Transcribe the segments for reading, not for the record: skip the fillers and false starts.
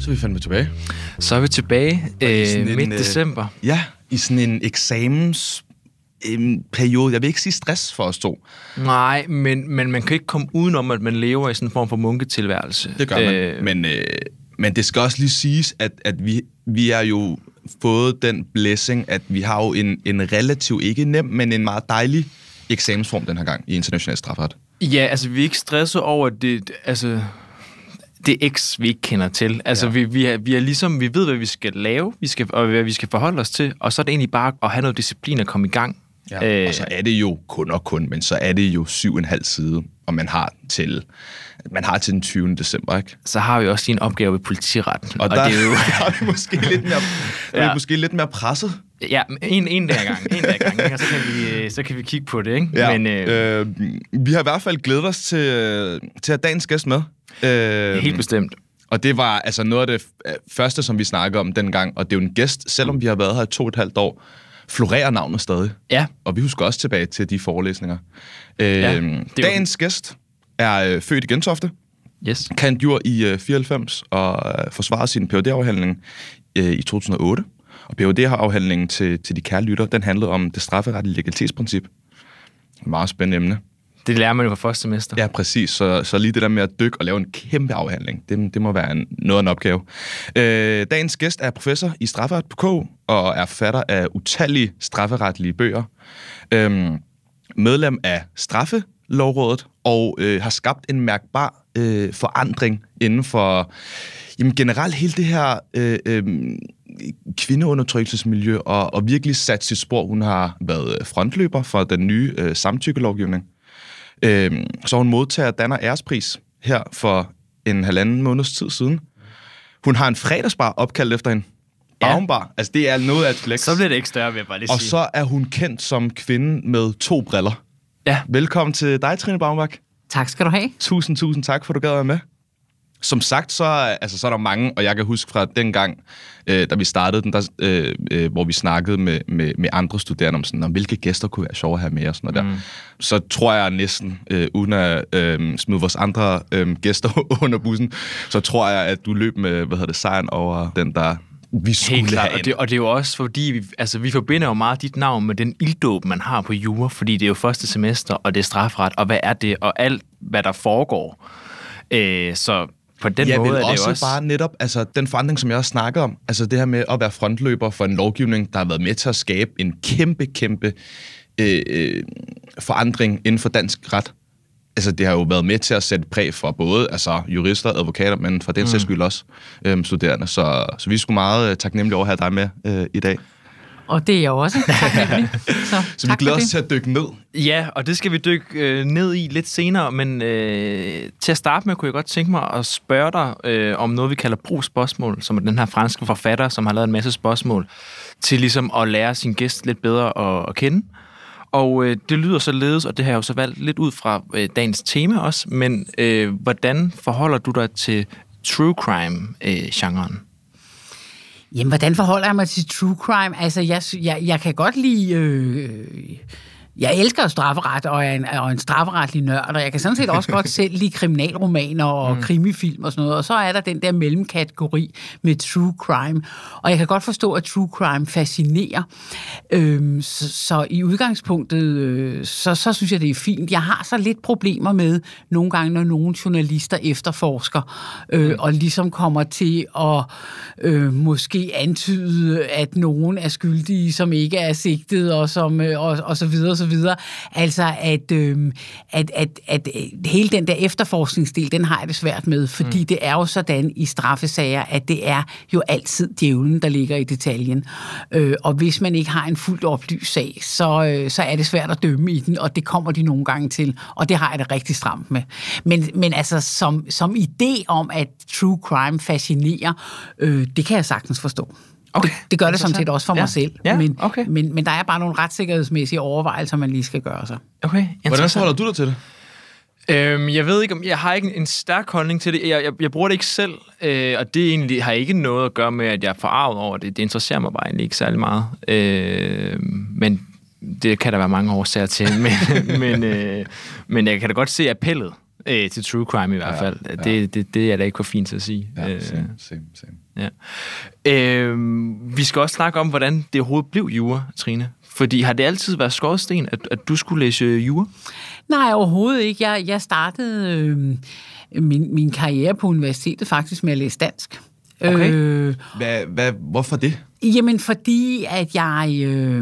Så er vi fandme tilbage. Så er vi tilbage midt december. Ja, i sådan en eksamensperiode. Jeg vil ikke sige stress for os to. Nej, men man kan ikke komme udenom, at man lever i sådan en form for munketilværelse. Det gør man. Men det skal også lige siges, at vi er jo fået den blessing, at vi har jo en relativt ikke nem, men en meget dejlig eksamensform den her gang i international strafferet. Ja, altså vi er ikke stresset over det, altså det X, vi ikke kender til. Altså ja. vi er ligesom, vi ved, hvad vi skal lave, og hvad vi skal forholde os til, og så er det egentlig bare at have noget disciplin at komme i gang. Ja, og så er det jo kun, men så er det jo 7,5 side, og man har til den 20. december, ikke? Så har vi også lige en opgave ved politiretten. Og der det er jo... er vi måske lidt mere presset. Ja, en dag gang, og så kan vi kigge på det, ikke? Ja, men, vi har i hvert fald glædet os til at have dagens gæst med. Helt bestemt. Og det var altså noget af det første, som vi snakkede om dengang, og det er jo en gæst, selvom vi har været her i 2,5 år, florerer navnet stadig. Ja. Og vi husker også tilbage til de forelæsninger. Dagens gæst er født i Gentofte, kan jur i 94 og forsvarede sin Ph.D.-afhandling i 2008. Og Ph.D.-afhandlingen til de kære lytter, den handlede om det strafferetlige legalitetsprincip. Meget spændende emne. Det lærer man jo fra første semester. Ja, præcis. Så lige det der med at dykke og lave en kæmpe afhandling, det må være noget af en opgave. Dagens gæst er professor i strafferet på KU og er forfatter af utallige strafferetlige bøger. Medlem af Straffelovrådet og har skabt en mærkbar forandring inden for generelt hele det her kvindeundertrykkelsesmiljø og virkelig sat sit spor. Hun har været frontløber for den nye samtykkelovgivning. Så hun modtager Danner Ærespris her for 1,5 måneds tid siden. Hun har en fredagsbar opkaldt efter hende. Baumbar. Altså, det er noget af et flex. Så bliver det ikke større, vil jeg bare lige sige. Og så er hun kendt som kvinde med 2 briller. Ja. Velkommen til dig, Trine Baumbach. Tak skal du have. Tusind tak, for at du gad være med. Som sagt, så er der mange, og jeg kan huske fra dengang, da vi startede den, hvor vi snakkede med andre studerende om sådan, om hvilke gæster kunne være sjove at have med og sådan noget der. Så tror jeg næsten, uden at smide vores andre gæster under bussen, så tror jeg, at du løb med, sejren over den, der vi skulle have ind. Og det er jo også fordi, vi forbinder jo meget dit navn med den ilddåb, man har på jura, fordi det er jo første semester, og det er strafret, og hvad er det, og alt, hvad der foregår. Så på den måde er det også bare netop, altså den forandring, som jeg også snakkede om, altså det her med at være frontløber for en lovgivning, der har været med til at skabe en kæmpe forandring inden for dansk ret. Altså det har jo været med til at sætte præg for både jurister og advokater, men for den sags skyld også studerende. Så vi er sgu meget taknemmelige over at have dig med i dag. Og det er jeg også taknemmelig. Så vi glæder os til at dykke ned. Ja, og det skal vi dykke ned i lidt senere, men til at starte med kunne jeg godt tænke mig at spørge dig om noget, vi kalder brugspørgsmål, som er den her franske forfatter, som har lavet en masse spørgsmål til ligesom at lære sin gæst lidt bedre at kende. Og det lyder således, og det har jeg jo så valgt lidt ud fra dagens tema også, men hvordan forholder du dig til true crime-genren? Jamen, hvordan forholder jeg mig til true crime? Altså, jeg kan godt lide... Jeg elsker strafferet, og er en strafferetlig nørd, og jeg kan sådan set også godt selv lide kriminalromaner og krimifilm og sådan noget, og så er der den der mellemkategori med true crime, og jeg kan godt forstå, at true crime fascinerer. Så i udgangspunktet, så synes jeg, det er fint. Jeg har så lidt problemer med nogle gange, når nogle journalister efterforsker, og ligesom kommer til at måske antyde, at nogen er skyldige, som ikke er sigtet, og så videre, og så videre. Altså, at hele den der efterforskningsdel, den har jeg det svært med, fordi det er jo sådan i straffesager, at det er jo altid djævlen, der ligger i detaljen. Og hvis man ikke har en fuldt oplyst sag, så er det svært at dømme i den, og det kommer de nogle gange til, og det har jeg det rigtig stramt med. Men altså, som idé om, at true crime fascinerer, det kan jeg sagtens forstå. Okay. Det gør det sådan set også for mig selv, okay. men der er bare nogle retssikkerhedsmæssige overvejelser, man lige skal gøre sig. Okay. Hvordan forholder du dig til det? Jeg ved ikke, jeg har ikke en stærk holdning til det. Jeg bruger det ikke selv, og det egentlig har ikke noget at gøre med, at jeg er forarvet over det. Det interesserer mig bare egentlig ikke særlig meget. Men det kan der være mange årsager til. Men jeg kan da godt se appellet til true crime i hvert fald. Ja. Det er da ikke for fint til at sige. Ja, same. Ja. Vi skal også snakke om, hvordan det overhovedet blev jura, Trine. Fordi har det altid været skorsten, at du skulle læse jura? Nej, overhovedet ikke. Jeg startede min karriere på universitetet faktisk med at læse dansk. Okay. Hvorfor det? Jamen, fordi at jeg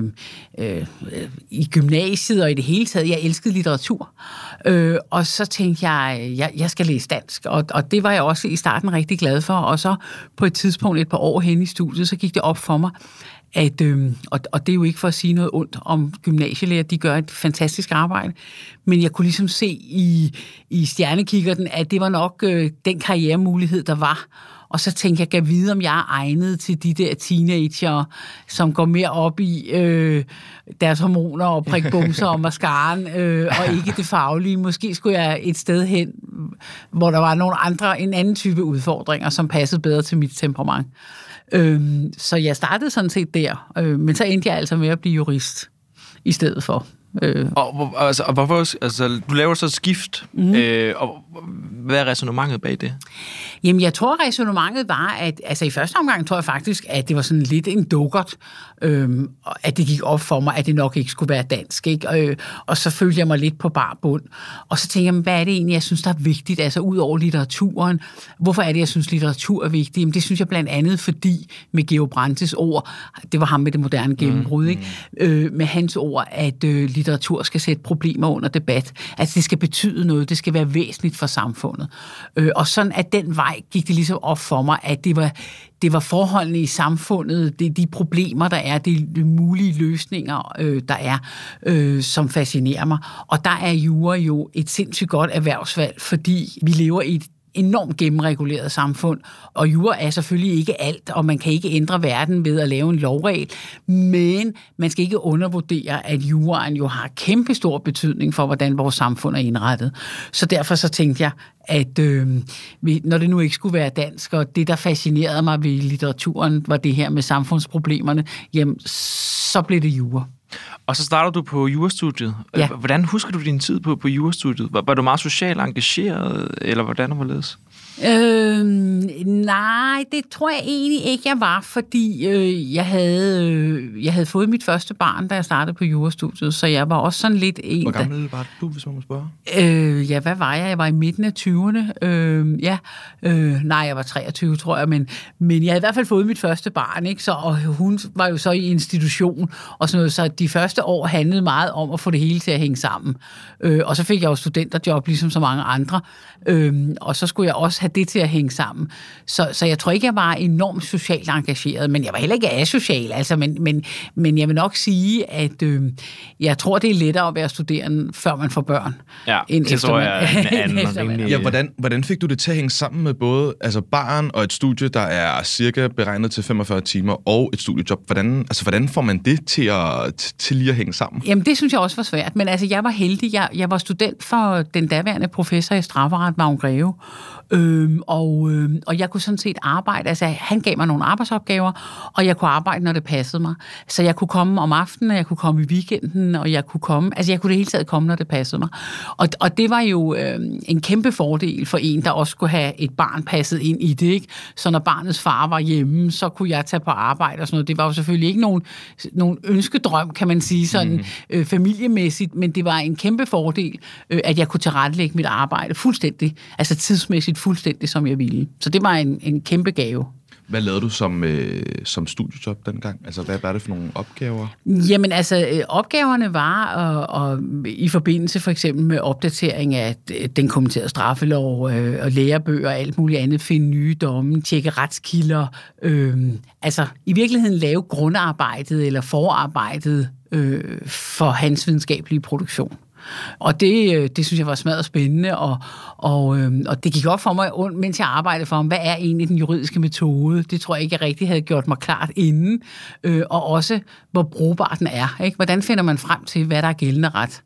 i gymnasiet og i det hele taget, jeg elskede litteratur. Og så tænkte jeg skal læse dansk. Og det var jeg også i starten rigtig glad for. Og så på et tidspunkt, et par år hen i studiet, så gik det op for mig, at, og det er jo ikke for at sige noget ondt om gymnasielærer, de gør et fantastisk arbejde, men jeg kunne ligesom se i stjernekikkerten, at det var nok den karrieremulighed, der var. Og så tænkte jeg, kan vide, om jeg er egnet til de der teenager, som går mere op i deres hormoner og prikbumser og mascaraen, og ikke det faglige. Måske skulle jeg et sted hen, hvor der var en anden type udfordringer, som passede bedre til mit temperament. Så jeg startede sådan set der, men så endte jeg altså med at blive jurist i stedet for. Og hvorfor, altså, du laver så et skift, og hvad er ræsonnementet bag det? Jamen, jeg tror, ræsonnementet var, at altså, i første omgang tror jeg faktisk, at det var sådan lidt en dukkert, at det gik op for mig, at det nok ikke skulle være dansk, ikke? Og så følte jeg mig lidt på bar bund. Og så tænkte jeg, hvad er det egentlig, jeg synes, der er vigtigt, altså ud over litteraturen? Hvorfor er det, jeg synes, litteratur er vigtigt? Jamen, det synes jeg blandt andet, fordi med Georg Brandes ord, det var ham med det moderne gennembrud, ikke? Med hans ord, at litteratur skal sætte problemer under debat. Altså, det skal betyde noget, det skal være væsentligt for samfundet. Og sådan at den vej gik det ligesom op for mig, at det var forholdene i samfundet, det er de problemer, der er, det er de mulige løsninger, der er, som fascinerer mig. Og der er jura jo et sindssygt godt erhvervsvalg, fordi vi lever i et enormt gennemreguleret samfund, og jura er selvfølgelig ikke alt, og man kan ikke ændre verden ved at lave en lovregel, men man skal ikke undervurdere, at juraen jo har kæmpe stor betydning for, hvordan vores samfund er indrettet. Så derfor så tænkte jeg, at når det nu ikke skulle være dansk, og det, der fascinerede mig ved litteraturen, var det her med samfundsproblemerne, jamen, så blev det jura. Og så starter du på jurastudiet. Ja. Hvordan husker du din tid på jurastudiet? Var du meget socialt engageret, eller hvordan var det? Nej, det tror jeg egentlig ikke, jeg var, fordi jeg havde fået mit første barn, da jeg startede på jurastudiet, så jeg var også sådan lidt en... Hvor gammel var du, hvis man må spørge? Ja, hvad var jeg? Jeg var i midten af 20'erne. Nej, jeg var 23, tror jeg, men jeg havde i hvert fald fået mit første barn, ikke? Og hun var jo så i institution og sådan noget, så de første år handlede meget om at få det hele til at hænge sammen. Og så fik jeg jo studenterjob, ligesom så mange andre, og så skulle jeg også have det til at hænge sammen. Så jeg tror ikke, jeg var enormt socialt engageret, men jeg var heller ikke asocial, altså, men jeg vil nok sige, at jeg tror, det er lettere at være studerende, før man får børn. Ja, det tror jeg. Hvordan fik du det til at hænge sammen med både altså barn og et studie, der er cirka beregnet til 45 timer, og et studiejob? Hvordan får man det til lige at hænge sammen? Jamen, det synes jeg også var svært, men altså, jeg var heldig. Jeg var student for den daværende professor i strafferet, Vagn Greve, og jeg kunne sådan set arbejde, altså han gav mig nogle arbejdsopgaver, og jeg kunne arbejde, når det passede mig. Så jeg kunne komme om aftenen, og jeg kunne komme i weekenden, og jeg kunne det hele taget komme, når det passede mig. Og det var jo en kæmpe fordel for en, der også skulle have et barn passet ind i det, ikke? Så når barnets far var hjemme, så kunne jeg tage på arbejde og sådan noget. Det var jo selvfølgelig ikke nogen ønskedrøm, kan man sige, sådan familiemæssigt, men det var en kæmpe fordel, at jeg kunne tilrettelægge mit arbejde fuldstændig, altså tidsmæssigt fuldstændig, som jeg ville. Så det var en kæmpe gave. Hvad lavede du som studiejob dengang? Altså, hvad var det for nogle opgaver? Jamen, altså, opgaverne var i forbindelse for eksempel med opdatering af den kommenterede straffelov og lærebøger og alt muligt andet, finde nye domme, tjekke retskilder, altså i virkeligheden lave grundarbejdet eller forarbejdet for hans videnskabelige produktion. Og det synes jeg var smadret spændende, og det gik op for mig, mens jeg arbejdede for ham, hvad er egentlig den juridiske metode? Det tror jeg ikke, jeg rigtig havde gjort mig klart inden, og også, hvor brugbar den er. Ikke? Hvordan finder man frem til, hvad der er gældende ret?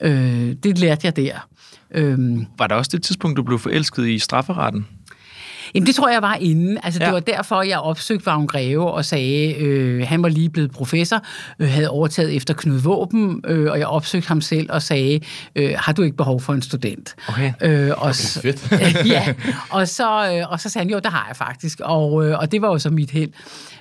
Det lærte jeg der. Var der også det tidspunkt, du blev forelsket i strafferetten? Jamen, det tror jeg var inden. Altså, det var derfor, jeg opsøgte Vagn Greve og sagde, han var lige blevet professor, havde overtaget efter Knud Våben, og jeg opsøgte ham selv og sagde, har du ikke behov for en student? Okay. Fedt. Ja, og så sagde han, jo, der har jeg faktisk. Og det var jo så mit held.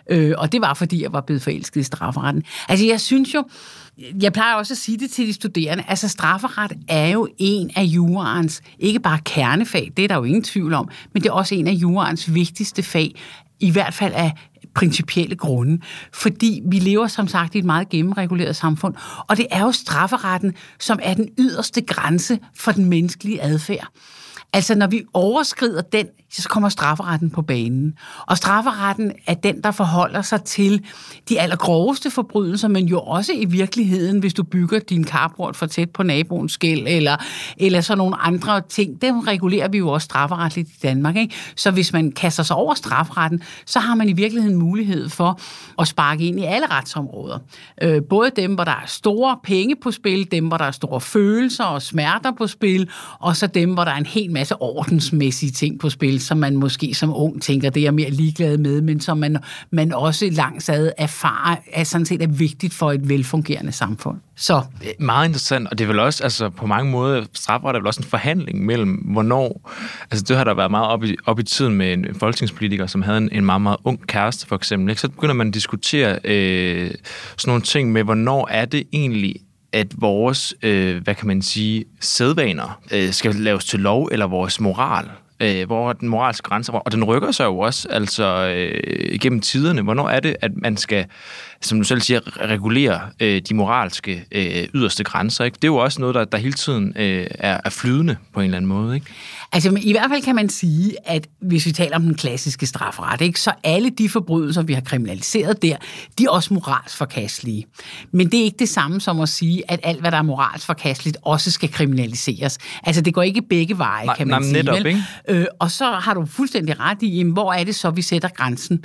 Og det var, fordi jeg var blevet forelsket i strafferetten. Altså, jeg synes jo, jeg plejer også at sige det til de studerende, altså strafferet er jo en af juraens, ikke bare kernefag, det er der jo ingen tvivl om, men det er også en af juraens vigtigste fag, i hvert fald af principielle grunde, fordi vi lever som sagt i et meget gennemreguleret samfund, og det er jo strafferetten, som er den yderste grænse for den menneskelige adfærd. Altså, når vi overskrider den, så kommer strafferetten på banen. Og strafferetten er den, der forholder sig til de allergroveste forbrydelser, men jo også i virkeligheden, hvis du bygger din carport for tæt på naboens skel, eller sådan nogle andre ting. Dem regulerer vi jo også strafferetligt i Danmark, ikke? Så hvis man kaster sig over strafferetten, så har man i virkeligheden mulighed for at sparke ind i alle retsområder. Både dem, hvor der er store penge på spil, dem, hvor der er store følelser og smerter på spil, og så dem, hvor der er en hel masse ordensmæssige ting på spil, som man måske som ung tænker, det er jeg mere ligeglad med, men som man også langsaget erfarer, er sådan set er vigtigt for et velfungerende samfund. Så. Meget interessant, og det er vel også, altså på mange måder, strafferet er vel også en forhandling mellem, hvornår, altså det har der været meget op i tiden med en folketingspolitiker, som havde en meget, meget ung kæreste, for eksempel, ikke? Så begynder man at diskutere sådan nogle ting med, hvornår er det egentlig, at vores, hvad kan man sige, sædvaner skal laves til lov, eller vores moral, hvor den moralske grænse, og den rykker sig jo også, altså gennem tiderne. Hvornår er det, at man skal, som du selv siger, regulere de moralske yderste grænser, ikke? Det er jo også noget, der hele tiden er flydende på en eller anden måde, ikke? Altså, i hvert fald kan man sige, at hvis vi taler om den klassiske strafferet, ikke, så alle de forbrydelser, vi har kriminaliseret der, de er også moralsk forkastelige. Men det er ikke det samme som at sige, at alt, hvad der er moralsk forkasteligt, også skal kriminaliseres. Altså, det går ikke begge veje, kan man sige. Netop, ikke? Og så har du fuldstændig ret i, jamen, hvor er det så, vi sætter grænsen?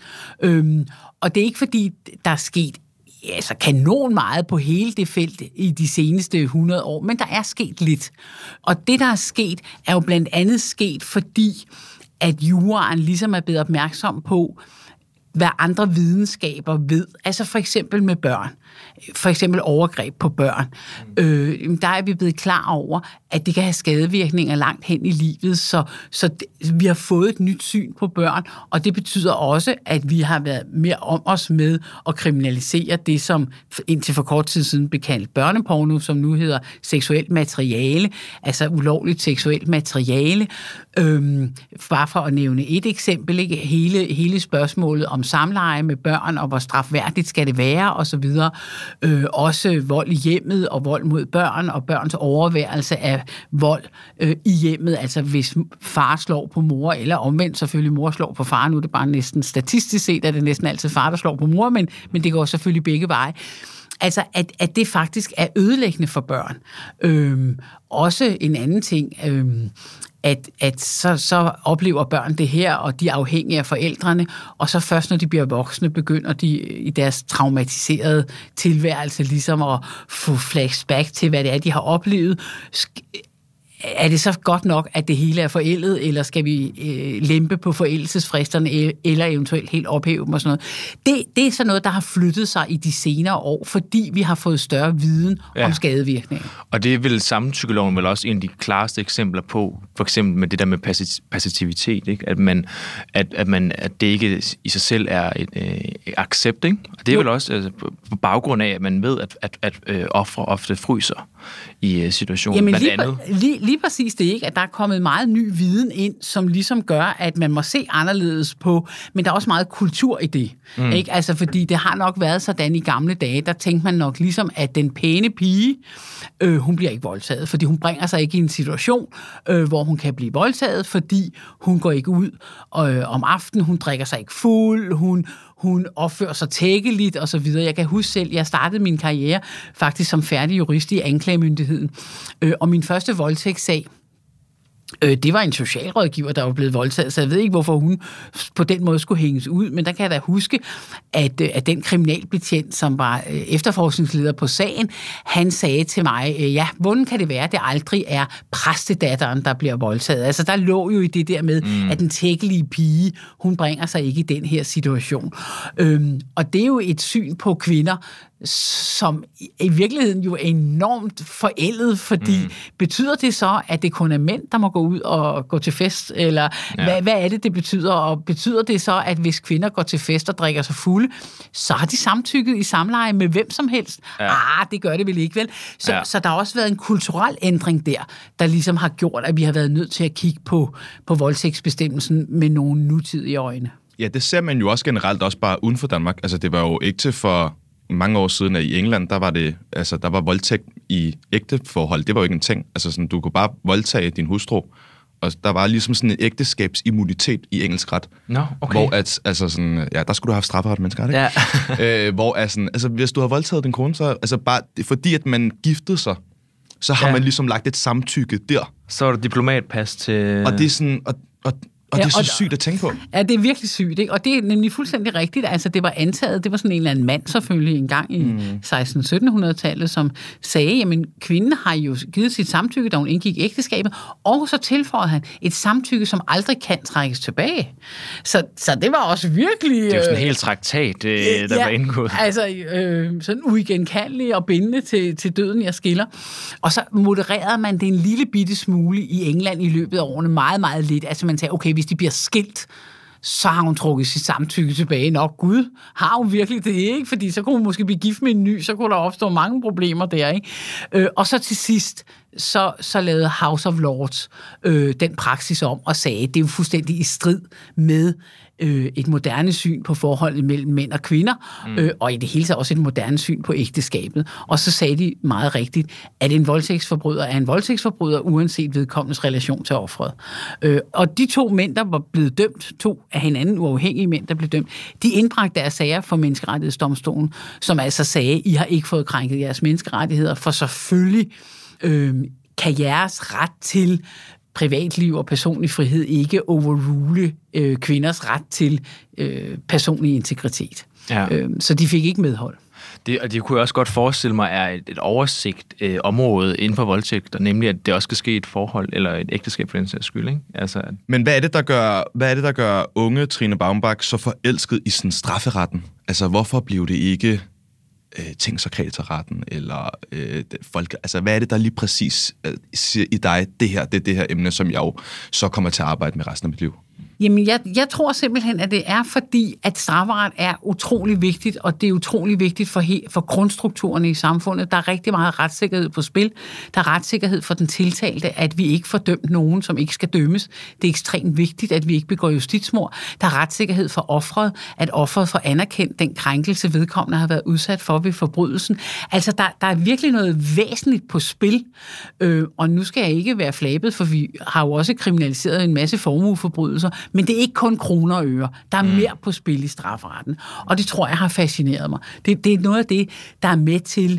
Og det er ikke, fordi der er sket altså kanon meget på hele det felt i de seneste 100 år, men der er sket lidt. Og det, der er sket, er jo blandt andet sket, fordi at juraen ligesom er blevet opmærksom på, hvad andre videnskaber ved. Altså for eksempel med børn. For eksempel overgreb på børn. Der er vi blevet klar over, at det kan have skadevirkninger langt hen i livet, så vi har fået et nyt syn på børn, og det betyder også, at vi har været mere om os med at kriminalisere det, som indtil for kort tid siden blev kaldt børneporno, som nu hedder seksuelt materiale, altså ulovligt seksuelt materiale. Bare for at nævne et eksempel, ikke? Hele spørgsmålet om samleje med børn, og hvor strafværdigt skal det være, og så videre. Også vold i hjemmet, og vold mod børn, og børns overværelse af vold i hjemmet, altså hvis far slår på mor, eller omvendt selvfølgelig mor slår på far, nu er det bare næsten statistisk set, at det næsten altid far, der slår på mor, men det går selvfølgelig begge veje. Altså, at det faktisk er ødelæggende for børn. Også en anden ting, at så oplever børn det her, og de er afhængige af forældrene, og så først, når de bliver voksne, begynder de i deres traumatiserede tilværelse ligesom at få flashback til, hvad det er, de har oplevet. Er det så godt nok, at det hele er forældet, eller skal vi lempe på forældelsesfristerne, eller eventuelt helt ophæve dem og sådan noget? Det er sådan noget, der har flyttet sig i de senere år, fordi vi har fået større viden om skadevirkninger. Og det er vel samtykkeloven vel også en af de klareste eksempler på, for eksempel med det der med passivitet, ikke? At det ikke i sig selv er et accept, ikke? Og det er vel også altså, på baggrund af, at man ved, at ofre ofte fryser i situationen. Jamen lige præcis det, ikke, at der er kommet meget ny viden ind, som ligesom gør, at man må se anderledes på, men der er også meget kultur i det. Ikke? Altså, fordi det har nok været sådan i gamle dage, der tænkte man nok ligesom, at den pæne pige, hun bliver ikke voldtaget, fordi hun bringer sig ikke i en situation, hvor hun kan blive voldtaget, fordi hun går ikke ud om aftenen, hun drikker sig ikke fuld, hun opfører sig tækkeligt og så videre. Jeg kan huske selv, jeg startede min karriere faktisk som færdig jurist i anklagemyndigheden. Og min første voldtægtssag, Det var en socialrådgiver, der var blevet voldtaget, så jeg ved ikke, hvorfor hun på den måde skulle hænges ud, men der kan jeg da huske, at den kriminalbetjent, som var efterforskningsleder på sagen, han sagde til mig, ja, hvordan kan det være, at det aldrig er præstedatteren, der bliver voldtaget? Altså, der lå jo i det der med, at den tækkelige pige, hun bringer sig ikke i den her situation. Og det er jo et syn på kvinder, som i virkeligheden jo er enormt forældet, fordi betyder det så, at det kun er mænd, der må gå ud og gå til fest, eller hvad er det betyder, og betyder det så, at hvis kvinder går til fest og drikker sig fulde, så har de samtykket i samleje med hvem som helst? Det gør det vel ikke, vel? Så der har også været en kulturel ændring der ligesom har gjort, at vi har været nødt til at kigge på voldtægtsbestemmelsen med nogle nutidige øjne. Ja, det ser man jo også generelt også bare uden for Danmark. Altså, det var jo ikke til for mange år siden, at i England, der var voldtægt i ægte forhold. Det var jo ikke en ting. Altså, sådan, du kunne bare voldtage din hustru, og der var ligesom sådan en ægteskabsimmunitet i engelsk ret. Okay. Hvor der skulle du have haft strafferet mennesker, ikke? Ja. Hvor hvis du har voldtaget din kone, så bare fordi at man giftede sig, så har man ligesom lagt et samtykke der. Så er der diplomatpas til... Og det er sådan... Og det er så sygt at tænke på. Ja, det er virkelig sygt, ikke? Og det er nemlig fuldstændig rigtigt. Altså, det var antaget, det var sådan en eller anden mand selvfølgelig engang i 1600-1700-tallet, som sagde, jamen, kvinden har jo givet sit samtykke, da hun indgik ægteskabet, og så tilføjede han et samtykke, som aldrig kan trækkes tilbage. Så det var også virkelig... Det er jo sådan en hel traktat, der var indgået. Altså, sådan uigenkaldelig og bindende til døden, jeg skiller. Og så modererede man det en lille bitte smule i England i løbet af årene, meget, meget lidt. Altså, man sagde, okay, hvis de bliver skilt, så har hun trukket sit samtykke tilbage. Nå, Gud, har hun virkelig det, ikke? Fordi så kunne hun måske blive gift med en ny, så kunne der opstå mange problemer der, ikke? Og så til sidst, så lavede House of Lords den praksis om og sagde, at det er jo fuldstændig i strid med et moderne syn på forholdet mellem mænd og kvinder, og i det hele taget også et moderne syn på ægteskabet. Og så sagde de meget rigtigt, at en voldtægtsforbryder er en voldtægtsforbryder, uanset vedkommendes relation til offeret. Og de to mænd, der var blevet dømt, to af hinanden uafhængige mænd, der blev dømt, de indbragte deres sager for Menneskerettighedsdomstolen, som altså sagde, I har ikke fået krænket jeres menneskerettigheder, for selvfølgelig kan jeres ret til privatliv og personlig frihed ikke overrule kvinders ret til personlig integritet. Ja. Så de fik ikke medhold. Det kunne jeg også godt forestille mig er et oversigt område inden for voldtægter, nemlig at det også skal ske i et forhold eller et ægteskab for den sags skyld, ikke? Altså, men hvad er det, der gør unge Trine Baumbach så forelsket i sådan strafferetten? Altså, hvorfor blev det ikke ting så kreatorretten, eller folk... Altså, hvad er det, der lige præcis siger i dig, det er det her emne, som jeg jo så kommer til at arbejde med resten af mit liv? Jamen, jeg tror simpelthen, at det er fordi, at strafferet er utrolig vigtigt, og det er utrolig vigtigt for grundstrukturerne i samfundet. Der er rigtig meget retssikkerhed på spil. Der er retssikkerhed for den tiltalte, at vi ikke får dømt nogen, som ikke skal dømmes. Det er ekstremt vigtigt, at vi ikke begår justitsmord. Der er retssikkerhed for offeret, at offeret får anerkendt den krænkelse, vedkommende har været udsat for ved forbrydelsen. Altså, der er virkelig noget væsentligt på spil, og nu skal jeg ikke være flabet, for vi har jo også kriminaliseret en masse formueforbrydelser, men det er ikke kun kroner og øre. Der er mere på spil i strafferetten, og det tror jeg har fascineret mig. Det er noget af det, der er med til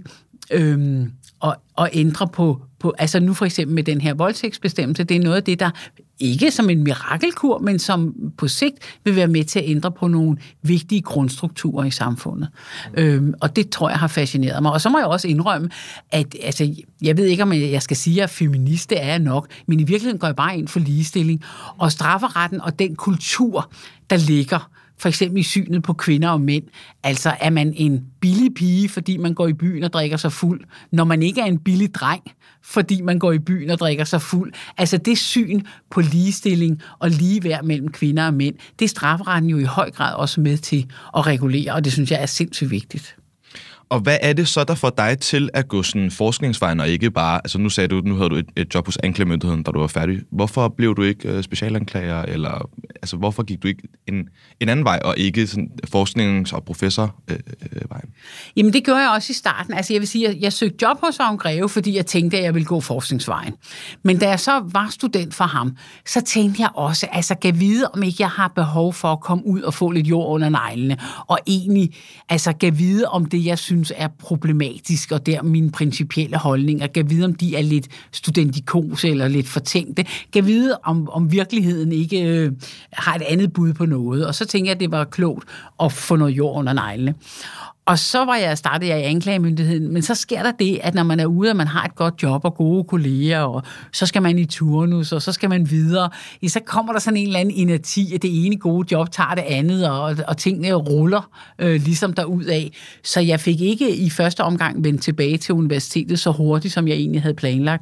at ændre på, altså nu for eksempel med den her voldtægtsbestemmelse, det er noget af det, der ikke som en mirakelkur, men som på sigt vil være med til at ændre på nogle vigtige grundstrukturer i samfundet. Og det tror jeg har fascineret mig. Og så må jeg også indrømme, at altså, jeg ved ikke, om jeg skal sige, at feminist det er jeg nok, men i virkeligheden går jeg bare ind for ligestilling. Og strafferetten og den kultur, der ligger for eksempel i synet på kvinder og mænd. Altså, er man en billig pige, fordi man går i byen og drikker sig fuld, når man ikke er en billig dreng, fordi man går i byen og drikker sig fuld. Altså, det syn på ligestilling og ligeværd mellem kvinder og mænd, det er strafferetten jo i høj grad også med til at regulere, og det synes jeg er sindssygt vigtigt. Og hvad er det så, der får dig til at gå sådan forskningsvejen, og ikke bare... Altså, nu havde du et job hos anklagemyndigheden, da du var færdig. Hvorfor blev du ikke specialanklager, eller altså, hvorfor gik du ikke en anden vej, og ikke sådan forsknings- og professorvejen? Jamen, det gjorde jeg også i starten. Altså, jeg vil sige, at jeg søgte job hos Vagn Greve, fordi jeg tænkte, at jeg ville gå forskningsvejen. Men da jeg så var student for ham, så tænkte jeg også, altså, kan vide, om ikke jeg har behov for at komme ud og få lidt jord under neglene, og egentlig, altså, kan vide, om det, jeg synes er problematisk, og der mine principielle holdninger, kan vide, om de er lidt studentikose eller lidt fortænkte, kan vide, om virkeligheden ikke har et andet bud på noget. Og så tænkte jeg, at det var klogt at få noget jord under neglene. Og så startede jeg i anklagemyndigheden, men så sker der det, at når man er ude, og man har et godt job og gode kolleger, og så skal man i turnus, og så skal man videre, så kommer der sådan en eller anden inerti, at det ene gode job tager det andet, og tingene ruller ligesom derudad. Så jeg fik ikke i første omgang vendt tilbage til universitetet så hurtigt, som jeg egentlig havde planlagt.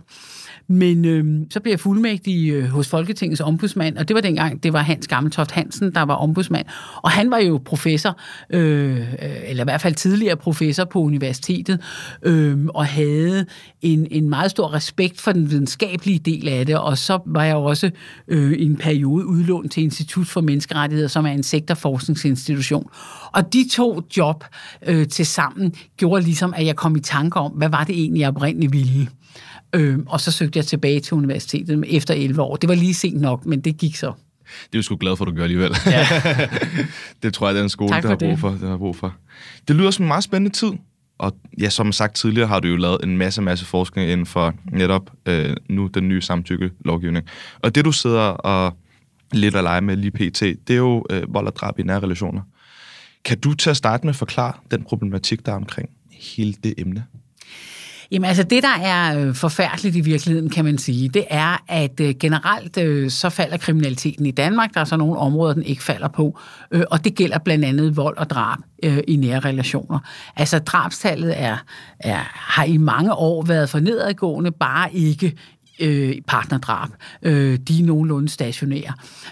Men så blev jeg fuldmægtig hos Folketingets ombudsmand, og det var dengang, det var Hans Gammeltoft Hansen, der var ombudsmand. Og han var jo professor, eller i hvert fald tidligere professor på universitetet, og havde en meget stor respekt for den videnskabelige del af det. Og så var jeg også i en periode udlånt til Institut for Menneskerettigheder, som er en sektorforskningsinstitution. Og de to job til sammen gjorde ligesom, at jeg kom i tanke om, hvad var det egentlig, jeg oprindeligt ville. Og så søgte jeg tilbage til universitetet efter 11 år. Det var lige sent nok, men det gik så. Det er jo sgu glad for, at du gør alligevel. Ja. Det tror jeg, det er en skole, der har brug for. Det lyder som en meget spændende tid. Og ja, som sagt tidligere, har du jo lavet en masse forskning inden for netop nu den nye samtykkelovgivning. Og det, du sidder og lidt og leger med lige pt., det er jo vold og drab i nære relationer. Kan du til at starte med at forklare den problematik, der er omkring hele det emne? Jamen altså det, der er forfærdeligt i virkeligheden, kan man sige, det er, at generelt så falder kriminaliteten i Danmark. Der er så nogle områder, den ikke falder på, og det gælder blandt andet vold og drab i nære relationer. Altså drabstallet har i mange år været for nedadgående, bare ikke partnerdrab. De er nogenlunde stationære.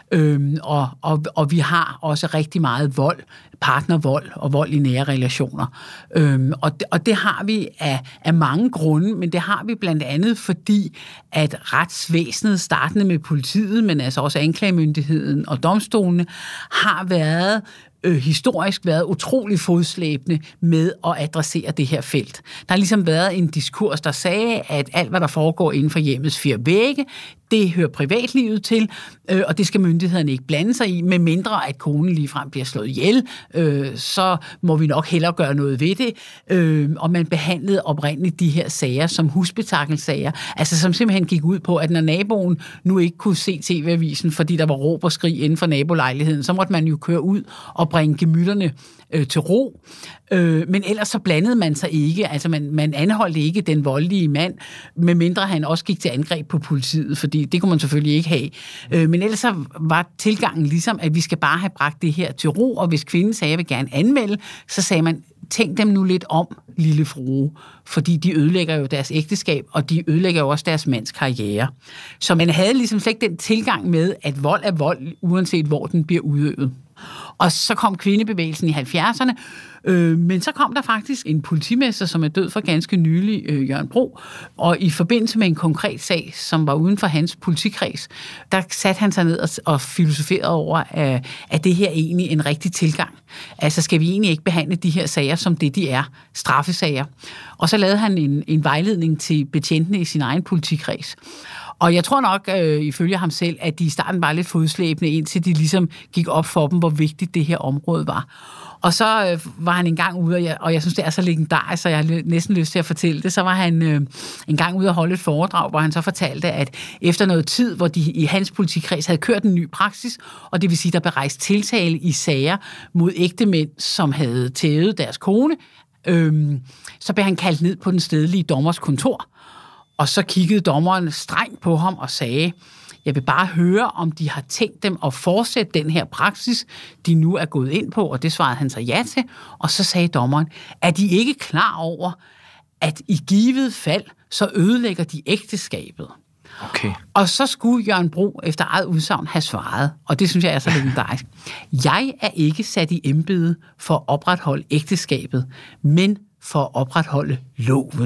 Og vi har også rigtig meget vold, partnervold og vold i nære relationer. Og det har vi af mange grunde, men det har vi blandt andet fordi, at retsvæsenet, startende med politiet, men altså også anklagemyndigheden og domstolene, har været historisk været utrolig fodslæbende med at adressere det her felt. Der har ligesom været en diskurs, der sagde, at alt, hvad der foregår inden for hjemmets 4 vægge, det hører privatlivet til, og det skal myndighederne ikke blande sig i, med mindre at konen ligefrem bliver slået ihjel, så må vi nok hellere gøre noget ved det. Og man behandlede oprindeligt de her sager som husbetakkelsager, altså som simpelthen gik ud på, at når naboen nu ikke kunne se TV-avisen, fordi der var råb og skrig inden for nabolejligheden, så måtte man jo køre ud og bringe gemytterne til ro. Men ellers så blandede man sig ikke, altså man anholdt ikke den voldelige mand, medmindre han også gik til angreb på politiet, fordi det kunne man selvfølgelig ikke have. Men ellers så var tilgangen ligesom, at vi skal bare have bragt det her til ro, og hvis kvinden sagde, at jeg vil gerne anmelde, så sagde man, tænk dem nu lidt om, lille frue, fordi de ødelægger jo deres ægteskab, og de ødelægger jo også deres mands karriere. Så man havde ligesom slet ikke den tilgang med, at vold er vold, uanset hvor den bliver udøvet. Og så kom kvindebevægelsen i 70'erne, men så kom der faktisk en politimester, som er død for ganske nylig, Jørgen Bro, og i forbindelse med en konkret sag, som var uden for hans politikreds, der satte han sig ned og filosoferede over, at det her egentlig en rigtig tilgang. Altså skal vi egentlig ikke behandle de her sager som det, de er, straffesager. Og så lavede han en vejledning til betjentene i sin egen politikreds. Og jeg tror nok, ifølge ham selv, at de i starten var lidt fodslæbende, indtil de ligesom gik op for dem, hvor vigtigt det her område var. Og så var han en gang ude, og jeg synes, det er så legendarisk, så jeg har næsten lyst til at fortælle det. Så var han en gang ude og holde et foredrag, hvor han så fortalte, at efter noget tid, hvor de i hans politikreds havde kørt en ny praksis, og det vil sige, der blev rejst tiltale i sager mod ægtemænd, som havde tævet deres kone, så blev han kaldt ned på den stedlige dommers kontor. Og så kiggede dommeren strengt på ham og sagde, jeg vil bare høre, om de har tænkt dem at fortsætte den her praksis, de nu er gået ind på, og det svarede han så ja til. Og så sagde dommeren, er de ikke klar over, at i givet fald, så ødelægger de ægteskabet. Okay. Og så skulle Jørgen Bro efter eget udsagn have svaret, og det synes jeg er så legendarisk. Jeg er ikke sat i embede for at opretholde ægteskabet, men for at opretholde loven.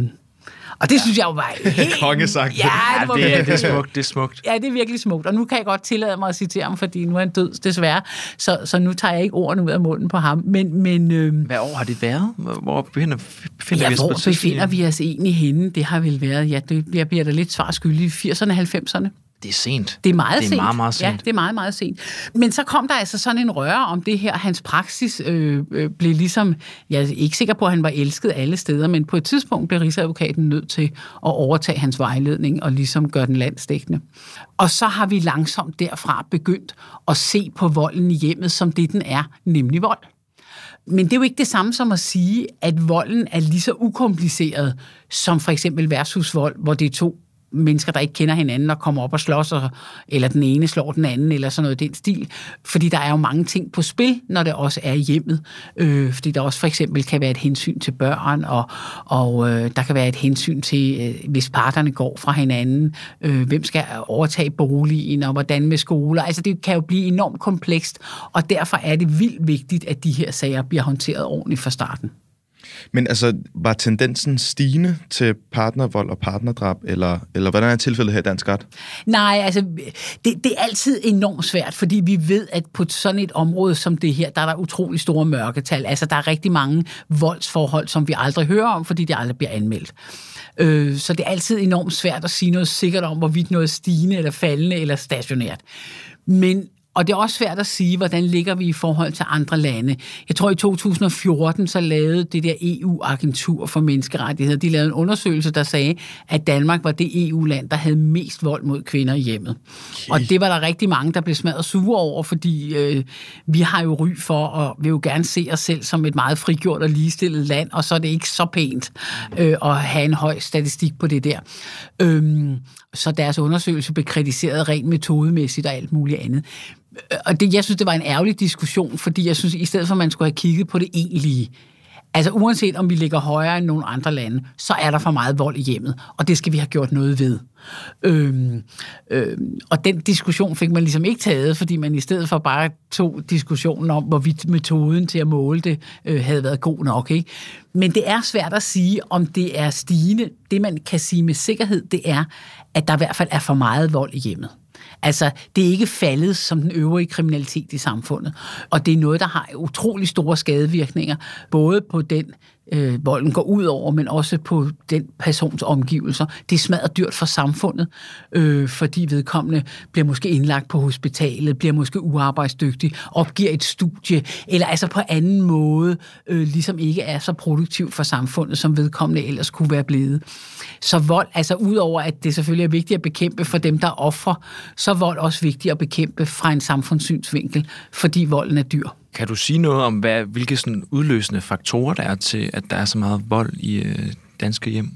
Og det synes jeg jo var helt... Kongesagt. Ja, det er smukt, det er smukt. Ja, det er virkelig smukt. Og nu kan jeg godt tillade mig at citere ham, fordi nu er han død, desværre. Så nu tager jeg ikke ordene ud af munden på ham. Men hvad år har det været? Hvor befinder hvor befinder vi os egentlig henne? Det har vel været, jeg bliver da lidt svarskyldig, 80'erne, 90'erne. Det er sent. Det er meget sent. Det er meget, meget sent. Ja, det er meget, meget sent. Men så kom der altså sådan en røre om det her. Hans praksis blev ligesom... Jeg er ikke sikker på, at han var elsket alle steder, men på et tidspunkt blev Rigsadvokaten nødt til at overtage hans vejledning og ligesom gøre den landsdækkende. Og så har vi langsomt derfra begyndt at se på volden i hjemmet som det, den er, nemlig vold. Men det er jo ikke det samme som at sige, at volden er lige så ukompliceret som for eksempel værtshusvold, hvor det er to mennesker, der ikke kender hinanden og kommer op og slås, eller den ene slår den anden, eller sådan noget i den stil. Fordi der er jo mange ting på spil, når det også er i hjemmet. Fordi der også for eksempel kan være et hensyn til børn, og der kan være et hensyn til, hvis parterne går fra hinanden, hvem skal overtage boligen, og hvordan med skoler. Altså det kan jo blive enormt komplekst, og derfor er det vildt vigtigt, at de her sager bliver håndteret ordentligt fra starten. Men altså, var tendensen stigende til partnervold og partnerdrab, eller hvordan er tilfældet her i dansk ret? Nej, altså, det er altid enormt svært, fordi vi ved, at på sådan et område som det her, der er der utrolig store mørketal. Altså, der er rigtig mange voldsforhold, som vi aldrig hører om, fordi de aldrig bliver anmeldt. Så det er altid enormt svært at sige noget sikkert om, hvorvidt noget er stigende, eller faldende, eller stationært. Og det er også svært at sige, hvordan ligger vi i forhold til andre lande. Jeg tror, i 2014, så lavede det der EU-agentur for menneskerettigheder, de lavede en undersøgelse, der sagde, at Danmark var det EU-land, der havde mest vold mod kvinder i hjemmet. Okay. Og det var der rigtig mange, der blev smadret sure over, fordi vi har jo ry for, og vil jo gerne se os selv som et meget frigjort og ligestillet land, og så er det ikke så pænt at have en høj statistik på det der. Så deres undersøgelse blev kritiseret rent metodemæssigt og alt muligt andet. Og jeg synes, det var en ærgerlig diskussion, fordi jeg synes, i stedet for, at man skulle have kigget på det egentlige, altså uanset om vi ligger højere end nogle andre lande, så er der for meget vold i hjemmet, og det skal vi have gjort noget ved. Og den diskussion fik man ligesom ikke taget, fordi man i stedet for bare tog diskussionen om, hvorvidt metoden til at måle det havde været god nok. Ikke? Men det er svært at sige, om det er stigende. Det, man kan sige med sikkerhed, det er, at der i hvert fald er for meget vold i hjemmet. Altså, det er ikke faldet som den øvrige kriminalitet i samfundet. Og det er noget, der har utrolig store skadevirkninger, både på den volden går ud over, men også på den persons omgivelser. Det er smadret dyrt for samfundet, fordi vedkommende bliver måske indlagt på hospitalet, bliver måske uarbejdsdygtig, opgiver et studie, eller altså på anden måde ligesom ikke er så produktiv for samfundet, som vedkommende ellers kunne være blevet. Så vold, altså udover at det selvfølgelig er vigtigt at bekæmpe for dem, der er ofre, så er vold også vigtigt at bekæmpe fra en samfundssynsvinkel, fordi volden er dyr. Kan du sige noget om, hvilke sådan udløsende faktorer der er til, at der er så meget vold i danske hjem?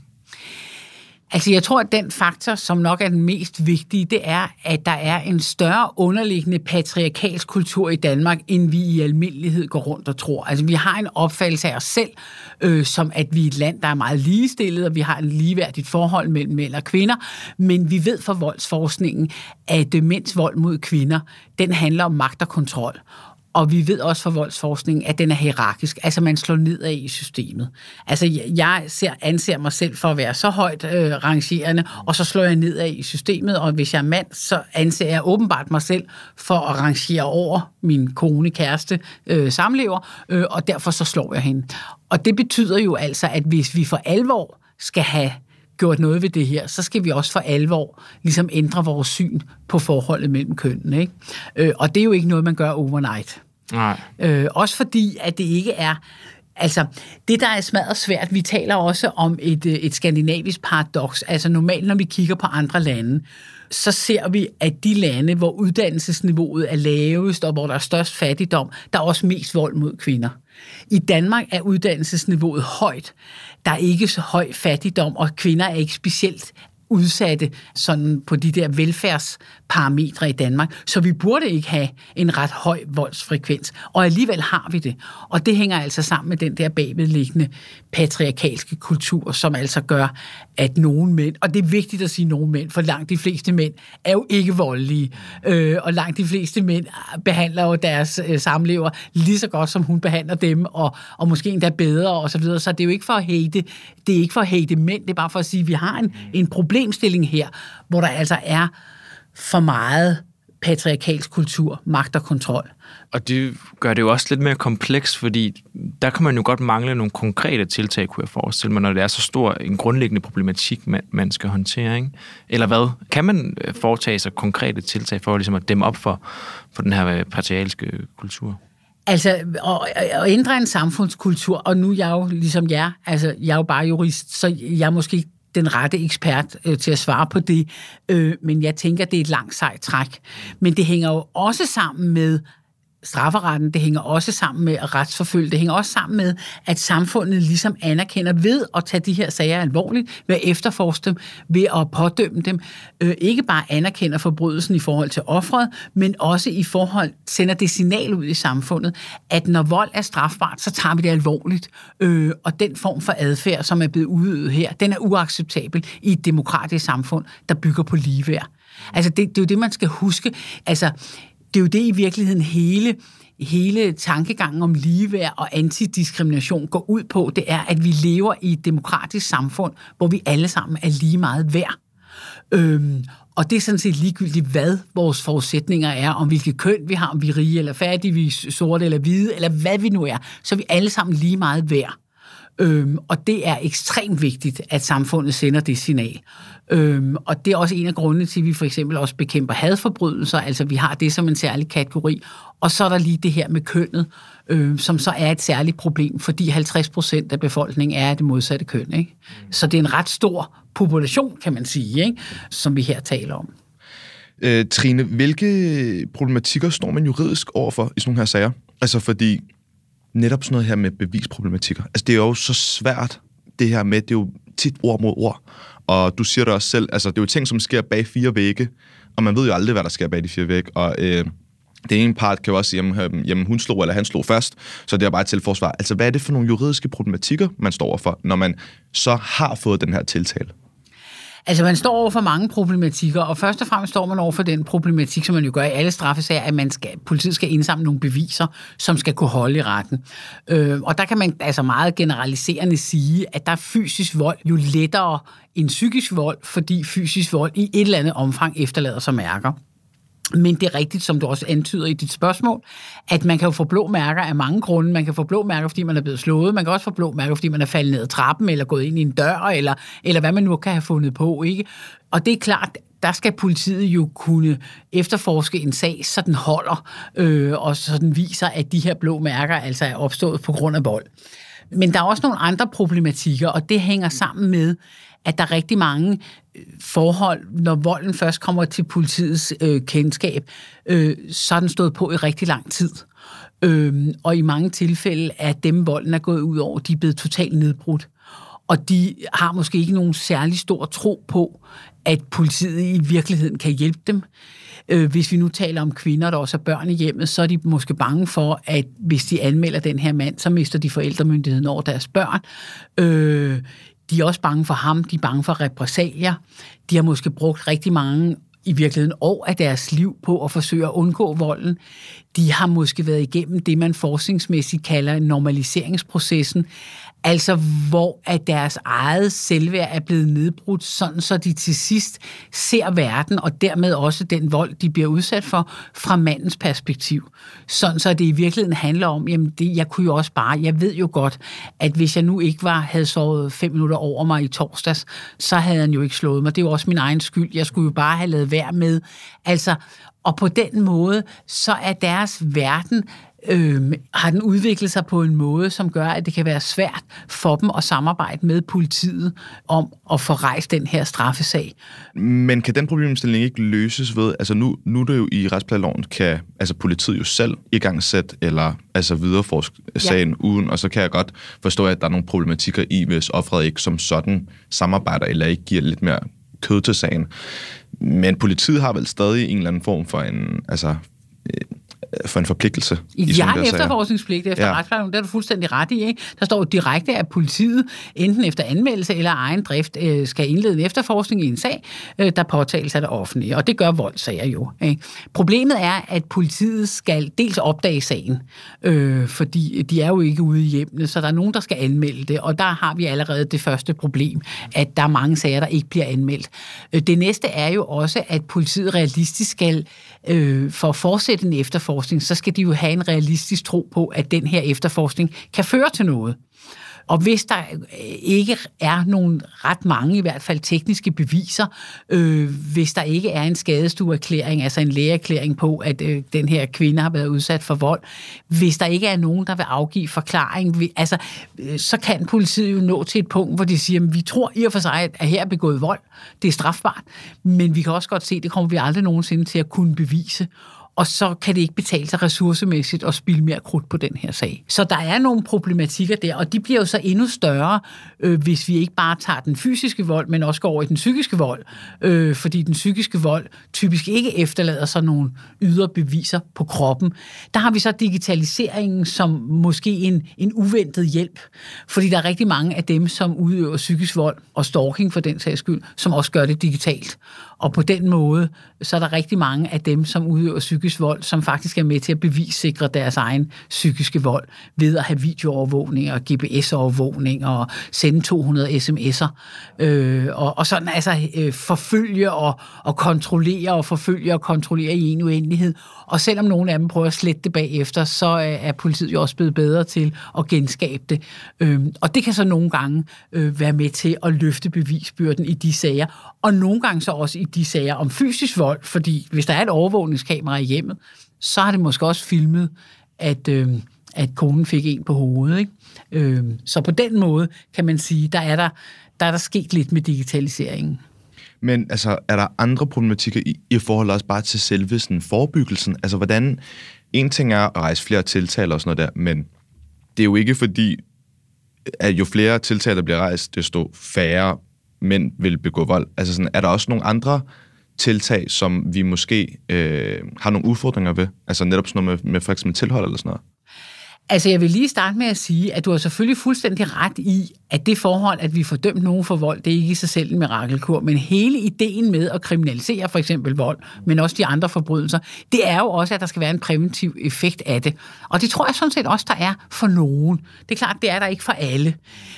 Altså, jeg tror, at den faktor, som nok er den mest vigtige, det er, at der er en større underliggende patriarkalsk kultur i Danmark, end vi i almindelighed går rundt og tror. Altså, vi har en opfattelse af os selv, som at vi er et land, der er meget ligestillet, og vi har et ligeværdigt forhold mellem mænd og kvinder, men vi ved fra voldsforskningen, at mænds vold mod kvinder, den handler om magt og kontrol. Og vi ved også fra voldsforskningen, at den er hierarkisk. Altså, man slår nedad i systemet. Altså, jeg anser mig selv for at være så højt rangerende, og så slår jeg nedad i systemet, og hvis jeg er mand, så anser jeg åbenbart mig selv for at rangere over min kone, kæreste, samlever, og derfor så slår jeg hende. Og det betyder jo altså, at hvis vi for alvor skal have gjort noget ved det her, så skal vi også for alvor ligesom ændre vores syn på forholdet mellem kønnene. Ikke? Og det er jo ikke noget, man gør overnight. Nej. Også fordi, at det ikke er... Altså, det der er smadret svært, vi taler også om et skandinavisk paradoks. Altså normalt, når vi kigger på andre lande, så ser vi, at de lande, hvor uddannelsesniveauet er lavest, og hvor der er størst fattigdom, der er også mest vold mod kvinder. I Danmark er uddannelsesniveauet højt. Der er ikke så høj fattigdom, og kvinder er ikke specielt udsatte sådan på de der velfærdsparametre i Danmark, så vi burde ikke have en ret høj voldsfrekvens, og alligevel har vi det. Og det hænger altså sammen med den der bagvedliggende patriarkalske kultur, som altså gør, at nogle mænd, og det er vigtigt at sige nogle mænd, for langt de fleste mænd er jo ikke voldelige, og langt de fleste mænd behandler jo deres samlever lige så godt, som hun behandler dem, og måske endda bedre, og så videre. Så det er jo ikke for at hate, det er ikke for at hate mænd, det er bare for at sige, at vi har en problemstilling her, hvor der altså er for meget patriarkalsk kultur, magt og kontrol. Og det gør det jo også lidt mere komplekst, fordi der kan man jo godt mangle nogle konkrete tiltag, kunne jeg forestille mig, når det er så stor en grundlæggende problematik, man skal håndtere, ikke? Eller hvad? Kan man foretage sig konkrete tiltag for ligesom at dæmme op for den her patriarkalske kultur? Altså, at ændre en samfundskultur, og nu er jeg jo ligesom jer, altså jeg er jo bare jurist, så jeg er måske ikke den rette ekspert til at svare på det, men jeg tænker, det er et langt sejt træk. Men det hænger jo også sammen med strafferetten, det hænger også sammen med at retsforfølge, det hænger også sammen med, at samfundet ligesom anerkender ved at tage de her sager alvorligt, ved at efterforske dem, ved at pådømme dem, ikke bare anerkender forbrydelsen i forhold til offeret, men også i forhold, sender det signal ud i samfundet, at når vold er strafbart, så tager vi det alvorligt, og den form for adfærd, som er blevet udøvet her, den er uacceptabel i et demokratisk samfund, der bygger på ligeværd. Altså, det er jo det, man skal huske. Altså, det er jo det i virkeligheden hele tankegangen om ligeværd og antidiskrimination går ud på, det er, at vi lever i et demokratisk samfund, hvor vi alle sammen er lige meget værd. Og det er sådan set ligegyldigt, hvad vores forudsætninger er, om hvilket køn vi har, om vi er rige eller fattige, vi er sorte eller hvide, eller hvad vi nu er, så er vi alle sammen lige meget værd. Og det er ekstremt vigtigt, at samfundet sender det signal. Og det er også en af grundene til, at vi for eksempel også bekæmper hadforbrydelser, altså vi har det som en særlig kategori. Og så er der lige det her med kønnet, som så er et særligt problem, fordi 50% af befolkningen er det modsatte køn, ikke? Så det er en ret stor population, kan man sige, ikke? Som vi her taler om. Trine, hvilke problematikker står man juridisk overfor i sådan nogle her sager? Altså fordi netop sådan noget her med bevisproblematikker. Altså det er jo så svært, det her med, det er jo tit ord mod ord. Og du siger det også selv, altså det er jo ting, som sker bag 4 vægge, og man ved jo aldrig, hvad der sker bag de 4 vægge. Og det ene part kan jo også sige, jamen hun slog, eller han slog først, så det er bare et tilforsvar. Altså hvad er det for nogle juridiske problematikker, man står overfor, når man så har fået den her tiltale? Altså, man står over for mange problematikker, og først og fremmest står man over for den problematik, som man jo gør i alle straffesager, at politiet skal indsamle nogle beviser, som skal kunne holde i retten. Og der kan man altså meget generaliserende sige, at der er fysisk vold jo lettere end psykisk vold, fordi fysisk vold i et eller andet omfang efterlader sig mærker. Men det er rigtigt, som du også antyder i dit spørgsmål, at man kan jo få blå mærker af mange grunde. Man kan få blå mærker, fordi man er blevet slået. Man kan også få blå mærker, fordi man er faldet ned ad trappen, eller gået ind i en dør, eller hvad man nu kan have fundet på, ikke? Og det er klart, der skal politiet jo kunne efterforske en sag, så den holder, og så den viser, at de her blå mærker altså er opstået på grund af vold. Men der er også nogle andre problematikker, og det hænger sammen med, at der er rigtig mange forhold, når volden først kommer til politiets kendskab, så er den stået på i rigtig lang tid. Og i mange tilfælde er dem, volden er gået ud over, de er blevet totalt nedbrudt. Og de har måske ikke nogen særlig stor tro på, at politiet i virkeligheden kan hjælpe dem. Hvis vi nu taler om kvinder, der også er børn i hjemmet, så er de måske bange for, at hvis de anmelder den her mand, så mister de forældremyndigheden over deres børn. De er også bange for ham, de er bange for repressalier. De har måske brugt rigtig mange i virkeligheden år af deres liv på at forsøge at undgå volden. De har måske været igennem det, man forskningsmæssigt kalder normaliseringsprocessen, altså hvor at deres eget selvværd er blevet nedbrudt, sådan så de til sidst ser verden, og dermed også den vold, de bliver udsat for, fra mandens perspektiv. Sådan så det i virkeligheden handler om, jamen jeg ved jo godt, at hvis jeg nu ikke havde sovet 5 minutter over mig i torsdags, så havde han jo ikke slået mig. Det er jo også min egen skyld. Jeg skulle jo bare have lavet være med. Altså, og på den måde, så er deres verden har den udviklet sig på en måde, som gør, at det kan være svært for dem at samarbejde med politiet om at få rejst den her straffesag. Men kan den problemstilling ikke løses ved, altså nu er det jo i retsplejeloven, kan altså politiet jo selv igangsætte eller altså videreforske sagen uden, og så kan jeg godt forstå, at der er nogle problematikker i, hvis offeret ikke som sådan samarbejder eller ikke giver lidt mere kød til sagen. Men politiet har vel stadig en eller anden form for for en forpligtelse. De har en efterforskningspligt efter retsplejeloven, det er du fuldstændig ret i, ikke? Der står direkte, at politiet enten efter anmeldelse eller egen drift skal indlede en efterforskning i en sag, der påtales af det offentlige, og det gør voldssager jo. Ikke? Problemet er, at politiet skal dels opdage sagen, fordi de er jo ikke ude i hjemmene, så der er nogen, der skal anmelde det, og der har vi allerede det første problem, at der er mange sager, der ikke bliver anmeldt. Det næste er jo også, at politiet realistisk skal, for at fortsætte en efterforskning, så skal de jo have en realistisk tro på, at den her efterforskning kan føre til noget. Og hvis der ikke er nogen ret mange, i hvert fald tekniske beviser, hvis der ikke er en skadestuerklæring, altså en lægeerklæring på, at den her kvinde har været udsat for vold, hvis der ikke er nogen, der vil afgive forklaring, så kan politiet jo nå til et punkt, hvor de siger, at vi tror i og for sig, at her er begået vold, det er strafbart, men vi kan også godt se, at det kommer vi aldrig nogensinde til at kunne bevise. Og så kan det ikke betale sig ressourcemæssigt at spilde mere krudt på den her sag. Så der er nogle problematikker der, og de bliver jo så endnu større, hvis vi ikke bare tager den fysiske vold, men også går over i den psykiske vold. Fordi den psykiske vold typisk ikke efterlader sig nogle ydre beviser på kroppen. Der har vi så digitaliseringen som måske en uventet hjælp, fordi der er rigtig mange af dem, som udøver psykisk vold og stalking for den sags skyld, som også gør det digitalt. Og på den måde, så er der rigtig mange af dem, som udøver psykisk vold, som faktisk er med til at bevissikre deres egen psykiske vold ved at have videoovervågning og GPS-overvågning og sende 200 sms'er. Og sådan forfølge og kontrollere og forfølge og kontrollere i en uendelighed. Og selvom nogle af dem prøver at slette det bagefter, så er politiet jo også blevet bedre til at genskabe det. Og det kan så nogle gange være med til at løfte bevisbyrden i de sager. Og nogle gange så også i de sager om fysisk vold, fordi hvis der er et overvågningskamera i hjemmet, så har det måske også filmet, at konen fik en på hovedet. Ikke? Så på den måde kan man sige, der er der sket lidt med digitaliseringen. Men altså, er der andre problematikker i forhold også bare til selve sådan, forebyggelsen? Altså, hvordan... En ting er at rejse flere tiltaler og sådan noget der, men det er jo ikke fordi, at jo flere tiltaler der bliver rejst, desto færre mænd vil begå vold. Altså, sådan, er der også nogle andre tiltag, som vi måske har nogle udfordringer ved? Altså netop sådan noget med for eksempel tilhold eller sådan noget? Altså, jeg vil lige starte med at sige, at du har selvfølgelig fuldstændig ret i, at det forhold, at vi får dømt nogen for vold, det er ikke i sig selv en mirakelkur, men hele ideen med at kriminalisere for eksempel vold, men også de andre forbrydelser, det er jo også, at der skal være en præventiv effekt af det. Og det tror jeg sådan set også, der er for nogen. Det er klart, det er der ikke for alle.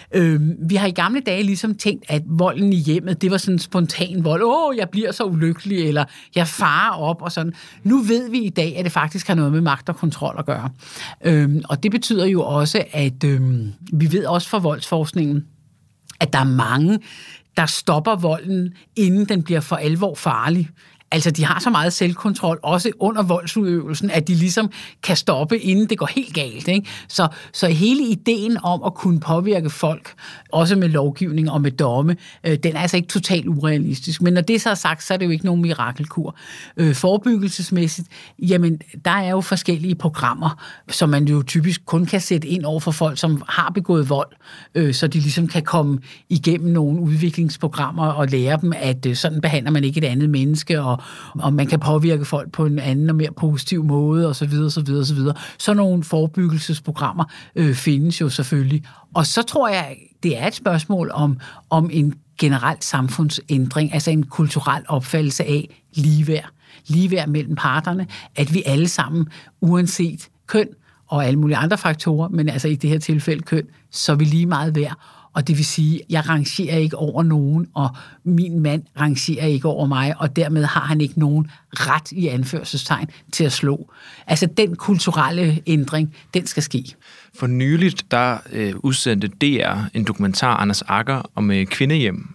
Vi har i gamle dage ligesom tænkt, at volden i hjemmet, det var sådan en spontan vold. Jeg bliver så ulykkelig, eller jeg farer op og sådan. Nu ved vi i dag, at det faktisk har noget med magt og kontrol at gøre. Og det betyder jo også, at vi ved også fra voldsforskningen, at der er mange, der stopper volden, inden den bliver for alvor farlig. Altså, de har så meget selvkontrol, også under voldsudøvelsen, at de ligesom kan stoppe, inden det går helt galt. Ikke? Så hele ideen om at kunne påvirke folk, også med lovgivning og med domme, den er altså ikke totalt urealistisk. Men når det så er sagt, så er det jo ikke nogen mirakelkur. Forebyggelsesmæssigt, jamen, der er jo forskellige programmer, som man jo typisk kun kan sætte ind over for folk, som har begået vold, så de ligesom kan komme igennem nogle udviklingsprogrammer og lære dem, at sådan behandler man ikke et andet menneske, og man kan påvirke folk på en anden og mere positiv måde, og så videre, så videre, så videre. Så nogle forebyggelsesprogrammer findes jo selvfølgelig. Og så tror jeg, det er et spørgsmål om en generelt samfundsændring, altså en kulturel opfattelse af ligeværd. Ligeværd mellem parterne, at vi alle sammen, uanset køn og alle mulige andre faktorer, men altså i det her tilfælde køn, så er vi lige meget værd. Og det vil sige, at jeg rangerer ikke over nogen, og min mand rangerer ikke over mig, og dermed har han ikke nogen ret i anførselstegn til at slå. Altså den kulturelle ændring, den skal ske. For nyligt, der udsendte DR en dokumentar, Anders Agger, om kvindehjem,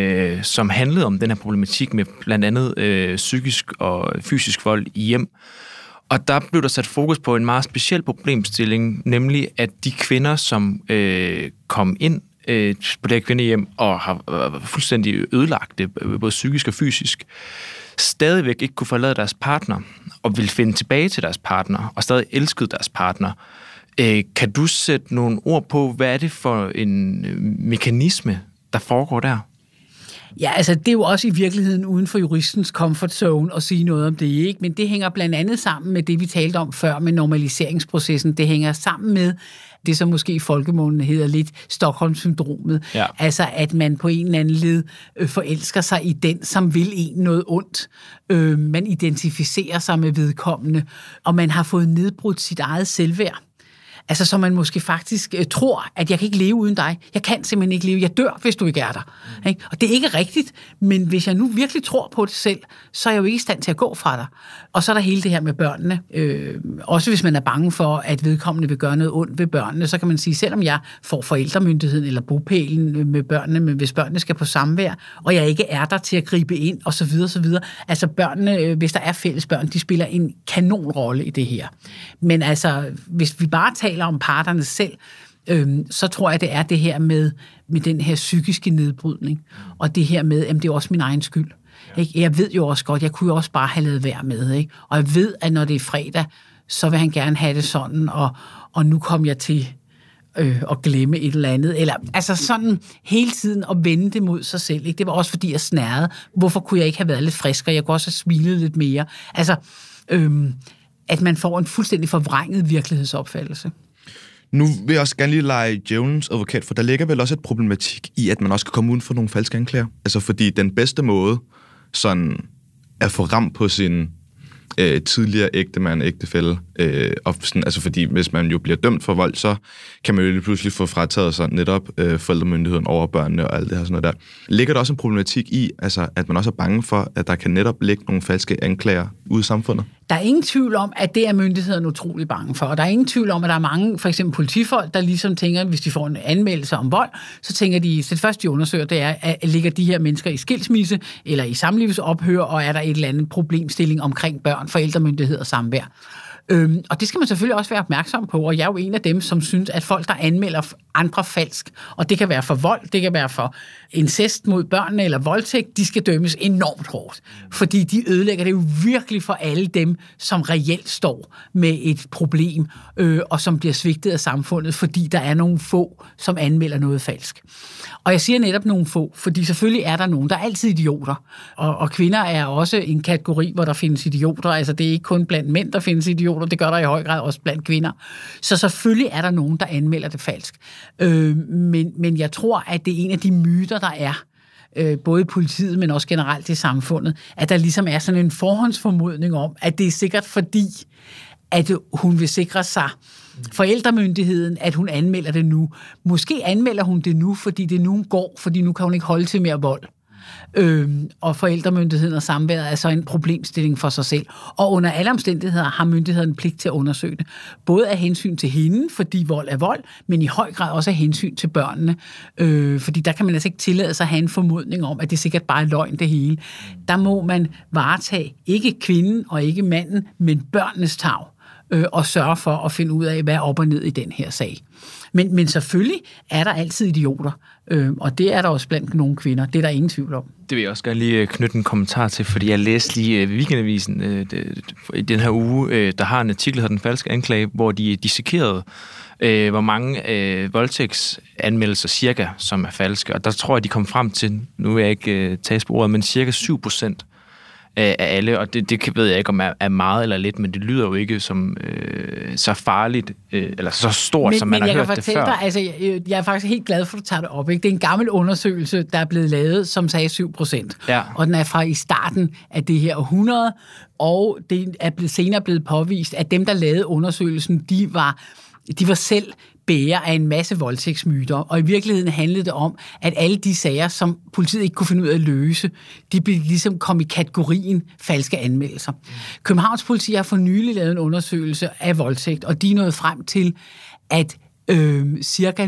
som handlede om den her problematik med blandt andet psykisk og fysisk vold i hjem. Og der blev der sat fokus på en meget speciel problemstilling, nemlig at de kvinder, som kom ind på det her kvindehjem og har fuldstændig ødelagt det, både psykisk og fysisk, stadigvæk ikke kunne forlade deres partner og ville finde tilbage til deres partner og stadig elskede deres partner. Kan du sætte nogle ord på, hvad er det for en mekanisme, der foregår der? Ja, altså det er jo også i virkeligheden uden for juristens comfort zone at sige noget om det, ikke? Men det hænger blandt andet sammen med det, vi talte om før med normaliseringsprocessen. Det hænger sammen med det, som måske i folkemunden hedder lidt Stockholm-syndromet. Ja. Altså, at man på en eller anden led forelsker sig i den, som vil en noget ondt. Man identificerer sig med vedkommende, og man har fået nedbrudt sit eget selvværd. Altså, så man måske faktisk tror, at jeg kan ikke leve uden dig. Jeg kan simpelthen ikke leve. Jeg dør, hvis du ikke er der. Ikke? Og det er ikke rigtigt, men hvis jeg nu virkelig tror på det selv, så er jeg jo ikke i stand til at gå fra dig. Og så er der hele det her med børnene. Også hvis man er bange for, at vedkommende vil gøre noget ondt ved børnene, så kan man sige, selvom jeg får forældremyndigheden eller bopælen med børnene, men hvis børnene skal på samvær, og jeg ikke er der til at gribe ind, og så videre, så videre. Altså børnene, hvis der er fælles børn, de spiller en kanonrolle i det her. Men altså, hvis vi bare taler om parterne selv, så tror jeg, det er det her med den her psykiske nedbrydning, og det her med, at det er også min egen skyld. Ikke? Jeg ved jo også godt, jeg kunne jo også bare have lavet være med, ikke? Og jeg ved, at når det er fredag, så vil han gerne have det sådan, og nu kom jeg til at glemme et eller andet. Eller altså sådan hele tiden at vende det mod sig selv. Ikke? Det var også fordi, jeg snærede. Hvorfor kunne jeg ikke have været lidt friskere? Jeg kunne også have smilet lidt mere. Altså, at man får en fuldstændig forvrænget virkelighedsopfattelse. Nu vil jeg også gerne lige lege djævelens advokat, for der ligger vel også et problematik i, at man også kan komme uden for nogle falske anklager. Altså fordi den bedste måde sådan at få ramt på sin tidligere ægtemand, ægtefælle, og sådan, altså fordi hvis man jo bliver dømt for vold, så kan man jo lige pludselig få frataget sig netop forældremyndigheden over børnene og alt det her sådan noget der. Ligger der også en problematik i, altså at man også er bange for, at der kan netop ligge nogle falske anklager ude i samfundet? Der er ingen tvivl om, at det er myndighederne utrolig bange for, og der er ingen tvivl om, at der er mange, for eksempel politifolk, der ligesom tænker, hvis de får en anmeldelse om vold, så tænker de, det første de undersøger, det er, at ligger de her mennesker i skilsmisse eller i samlivsophør, og er der et eller andet problemstilling omkring børn, forældremyndighed og samvær. Og det skal man selvfølgelig også være opmærksom på, og jeg er jo en af dem, som synes, at folk, der anmelder andre falsk, og det kan være for vold, det kan være for incest mod børnene eller voldtægt, de skal dømmes enormt hårdt, fordi de ødelægger det jo virkelig for alle dem, som reelt står med et problem, og som bliver svigtet af samfundet, fordi der er nogle få, som anmelder noget falsk. Og jeg siger netop nogle få, fordi selvfølgelig er der nogen, der er altid idioter, og kvinder er også en kategori, hvor der findes idioter, altså det er ikke kun blandt mænd, der findes idioter, det gør der i høj grad også blandt kvinder. Så selvfølgelig er der nogen, der anmelder det falsk. Men jeg tror, at det er en af de myter, der er, både i politiet, men også generelt i samfundet, at der ligesom er sådan en forhåndsformodning om, at det er sikkert fordi, at hun vil sikre sig forældremyndigheden, at hun anmelder det nu. Måske anmelder hun det nu, fordi det nu går, fordi nu kan hun ikke holde til mere vold. Og forældremyndigheden og samværet er så en problemstilling for sig selv. Og under alle omstændigheder har myndigheden pligt til at undersøge det. Både af hensyn til hende, fordi vold er vold, men i høj grad også af hensyn til børnene. Fordi der kan man altså ikke tillade sig at have en formodning om, at det sikkert bare er løgn det hele. Der må man varetage ikke kvinden og ikke manden, men børnenes tarv. Og sørge for at finde ud af, hvad er op og ned i den her sag. Men selvfølgelig er der altid idioter, og det er der også blandt nogle kvinder. Det er der ingen tvivl om. Det vil jeg også gerne lige knytte en kommentar til, fordi jeg læste lige Weekendavisen i den her uge, der har en artikel, der hedder Den falske anklage, hvor de dissekerede, hvor mange voldtægtsanmeldelser cirka, som er falske. Og der tror jeg, de kom frem til, nu vil jeg ikke tage på ordet, men cirka 7% af alle, og det ved jeg ikke, om er meget eller lidt, men det lyder jo ikke som så farligt, eller så stort, som man har hørt det før. Altså, jeg er faktisk helt glad for, at du tager det op. Ikke? Det er en gammel undersøgelse, der er blevet lavet, som sagde 7%. Ja. Og den er fra i starten af det her århundrede, og det er senere blevet påvist, at dem, der lavede undersøgelsen, de var selv bærer af en masse voldtægtsmyter, og i virkeligheden handlede det om, at alle de sager, som politiet ikke kunne finde ud af at løse, de blev ligesom kom i kategorien falske anmeldelser. Københavns politi har for nylig lavet en undersøgelse af voldtægt, og de er nået frem til, at cirka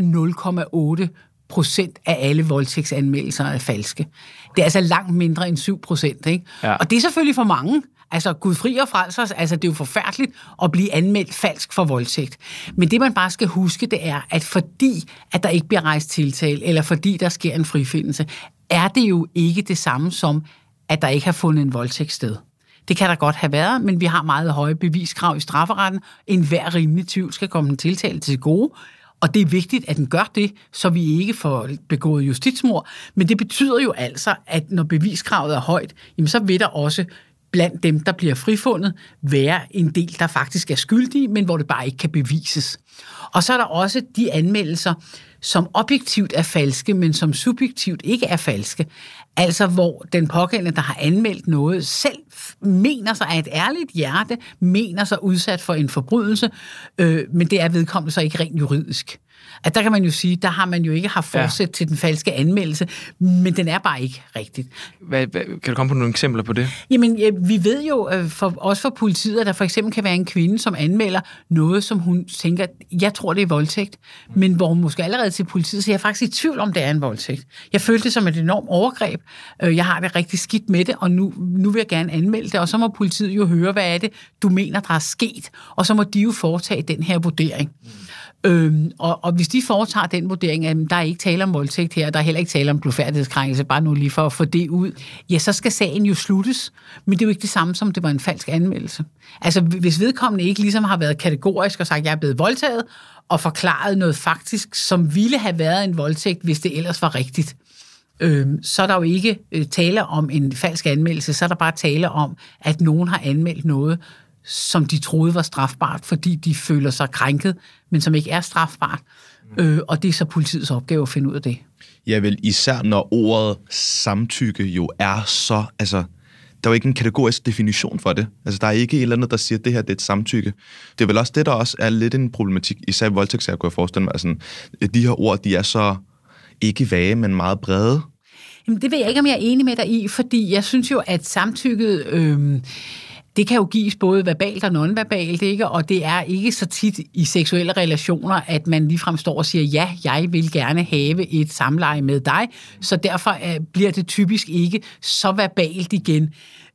0,8% af alle voldtægtsanmeldelser er falske. Det er altså langt mindre end 7%, ikke? Ja. Og det er selvfølgelig for mange. Altså, Gud fri og frels os, altså det er jo forfærdeligt at blive anmeldt falsk for voldtægt. Men det, man bare skal huske, det er, at fordi, at der ikke bliver rejst tiltale, eller fordi der sker en frifindelse, er det jo ikke det samme som, at der ikke har fundet en voldtægt sted. Det kan der godt have været, men vi har meget høje beviskrav i strafferetten. En hver rimelig tvivl skal komme den tiltale til gode. Og det er vigtigt, at den gør det, så vi ikke får begået justitsmord. Men det betyder jo altså, at når beviskravet er højt, jamen så vil der også blandt dem, der bliver frifundet, være en del, der faktisk er skyldige, men hvor det bare ikke kan bevises. Og så er der også de anmeldelser, som objektivt er falske, men som subjektivt ikke er falske. Altså hvor den pågældende, der har anmeldt noget, selv mener sig af et ærligt hjerte, mener sig udsat for en forbrydelse, men det er vedkommende så ikke rent juridisk. At der kan man jo sige, der har man jo ikke haft forsæt til den falske anmeldelse, men den er bare ikke rigtigt. Kan du komme på nogle eksempler på det? Jamen, vi ved jo også for politiet, at der for eksempel kan være en kvinde, som anmelder noget, som hun tænker, jeg tror, det er voldtægt, men hvor hun måske allerede til politiet, så jeg er faktisk i tvivl om, det er en voldtægt. Jeg følte det som et enormt overgreb. Jeg har det rigtig skidt med det, og nu vil jeg gerne anmelde det, og så må politiet jo høre, hvad er det, du mener, der er sket, og så må de jo foretage den her vurdering. Og hvis de foretager den vurdering, at der er ikke tale om voldtægt her, der er heller ikke tale om blufærdighedskrænkelse, bare nu lige for at få det ud, ja, så skal sagen jo sluttes. Men det er jo ikke det samme, som det var en falsk anmeldelse. Altså, hvis vedkommende ikke ligesom har været kategorisk og sagt, at jeg er blevet voldtaget, og forklaret noget faktisk, som ville have været en voldtægt, hvis det ellers var rigtigt, så er der jo ikke tale om en falsk anmeldelse, så er der bare tale om, at nogen har anmeldt noget, som de troede var strafbart, fordi de føler sig krænket, men som ikke er strafbart. Og det er så politiets opgave at finde ud af det. Ja, vel især når ordet samtykke jo er så... Altså, der er jo ikke en kategorisk definition for det. Altså, der er ikke et eller andet, der siger, at det her det er et samtykke. Det er vel også det, der også er lidt en problematik, især i voldtægtssager, kunne jeg forestille mig. Altså, de her ord, de er så ikke vage, men meget brede. Jamen, det ved jeg ikke, om jeg er enig med dig i, fordi jeg synes jo, at samtykket... Det kan jo gives både verbalt og nonverbalt, ikke? Og det er ikke så tit i seksuelle relationer, at man ligefrem står og siger, ja, jeg vil gerne have et samleje med dig, så derfor bliver det typisk ikke så verbalt igen.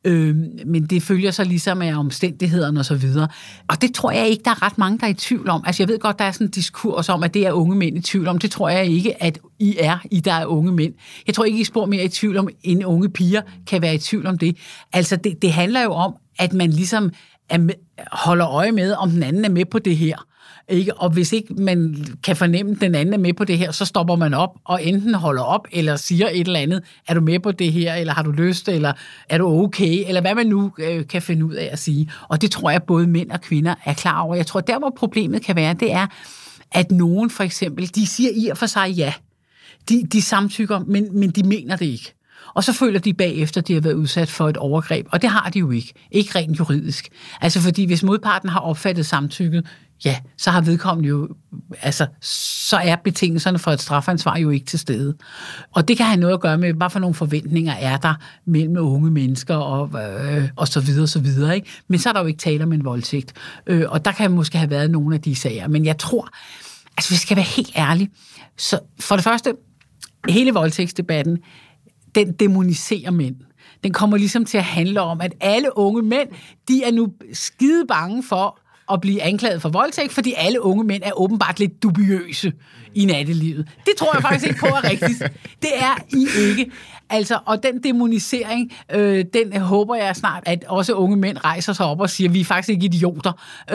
Men det følger så ligesom af omstændighederne og så videre. Og det tror jeg ikke, der er ret mange, der er i tvivl om. Altså jeg ved godt, der er sådan en diskurs om, at det er unge mænd i tvivl om. Det tror jeg ikke, at I der er unge mænd. Jeg tror ikke, I spor mere i tvivl om, end unge piger kan være i tvivl om det. Altså det handler jo om, at man ligesom holder øje med, om den anden er med på det her. Ikke? Og hvis ikke man kan fornemme, at den anden er med på det her, så stopper man op og enten holder op, eller siger et eller andet, er du med på det her, eller har du lyst, eller er du okay, eller hvad man nu kan finde ud af at sige. Og det tror jeg, både mænd og kvinder er klar over. Jeg tror, der hvor problemet kan være, det er, at nogen for eksempel, de siger i og for sig ja. De samtykker, men de mener det ikke. Og så føler de bagefter, at de har været udsat for et overgreb. Og det har de jo ikke. Ikke rent juridisk. Altså fordi hvis modparten har opfattet samtykket, ja, så har vedkommende jo, altså, så er betingelserne for et strafansvar jo ikke til stede. Og det kan have noget at gøre med, hvad for nogle forventninger er der mellem unge mennesker og så videre, så videre, ikke? Men så er der jo ikke tale om en voldtægt. Og der kan måske have været nogle af de sager. Men jeg tror, altså hvis jeg skal være helt ærlig, så for det første, hele voldtægtsdebatten, den dæmoniserer mænd. Den kommer ligesom til at handle om, at alle unge mænd, de er nu skide bange for at blive anklaget for voldtægt, fordi alle unge mænd er åbenbart lidt dubiøse i nattelivet. Det tror jeg faktisk ikke på er rigtigt. Det er I ikke. Altså, og den dæmonisering, den håber jeg snart, at også unge mænd rejser sig op og siger, vi er faktisk ikke idioter,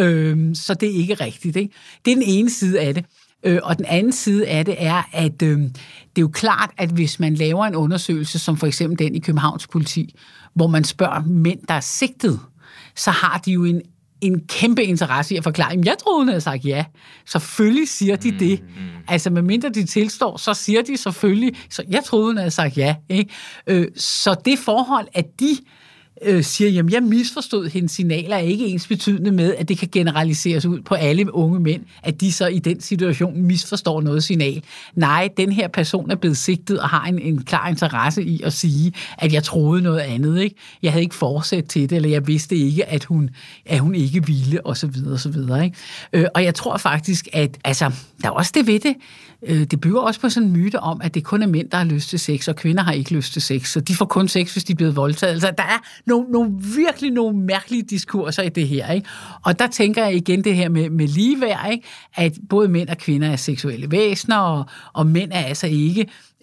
så det er ikke rigtigt. Ikke? Det er den ene side af det. Og den anden side af det er, at det er jo klart, at hvis man laver en undersøgelse, som for eksempel den i Københavns politi, hvor man spørger mænd, der er sigtet, så har de jo en kæmpe interesse i at forklare, jeg troede, hun havde sagt ja. Selvfølgelig siger de det. Altså, medmindre de tilstår, så siger de selvfølgelig, så jeg troede, hun havde sagt ja. Ikke? Så det forhold, at de siger, jamen jeg misforstod hendes signaler, er ikke ensbetydende med, at det kan generaliseres ud på alle unge mænd, at de så i den situation misforstår noget signal. Nej, den her person er blevet sigtet og har en klar interesse i at sige, at jeg troede noget andet. Ikke? Jeg havde ikke forsæt til det, eller jeg vidste ikke, at hun ikke ville, og så videre, og så videre. Ikke? Og jeg tror faktisk, at altså, der er også det ved det. Det bygger også på sådan en myte om, at det kun er mænd, der har lyst til sex, og kvinder har ikke lyst til sex, så de får kun sex, hvis de er blevet voldtaget. Altså, der er virkelig nogle mærkelige diskurser i det her, ikke? Og der tænker jeg igen det her med ligeværd, ikke? At både mænd og kvinder er seksuelle væsener, og mænd er altså ikke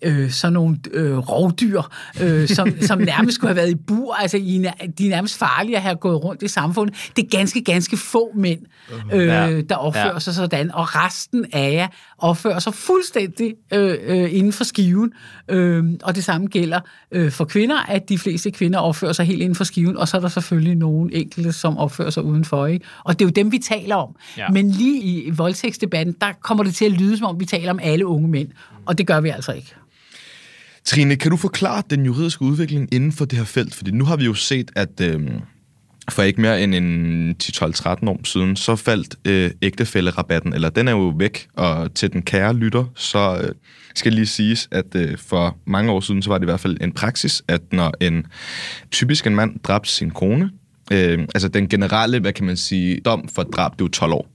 sådan nogle rovdyr, som nærmest skulle have været i bur. Altså, de er nærmest farlige at have gået rundt i samfundet. Det er ganske få mænd, der opfører sig sådan, og resten af jer opfører sig fuldstændig inden for skiven. Og det samme gælder for kvinder, at de fleste kvinder opfører sig helt inden for skiven, og så er der selvfølgelig nogle enkelte, som opfører sig udenfor. Ikke? Og det er jo dem, vi taler om. Ja. Men lige i voldtægtsdebatten, der kommer det til at lyde, som om vi taler om alle unge mænd. Og det gør vi altså ikke. Trine, kan du forklare den juridiske udvikling inden for det her felt? Fordi nu har vi jo set, at for ikke mere end en 10-12-13 år siden, så faldt ægtefællerabatten, eller den er jo væk, og til den kære lytter, så skal lige siges, at for mange år siden, så var det i hvert fald en praksis, at når typisk en mand dræbte sin kone, altså den generelle, hvad kan man sige, dom for drab, det er jo 12 år.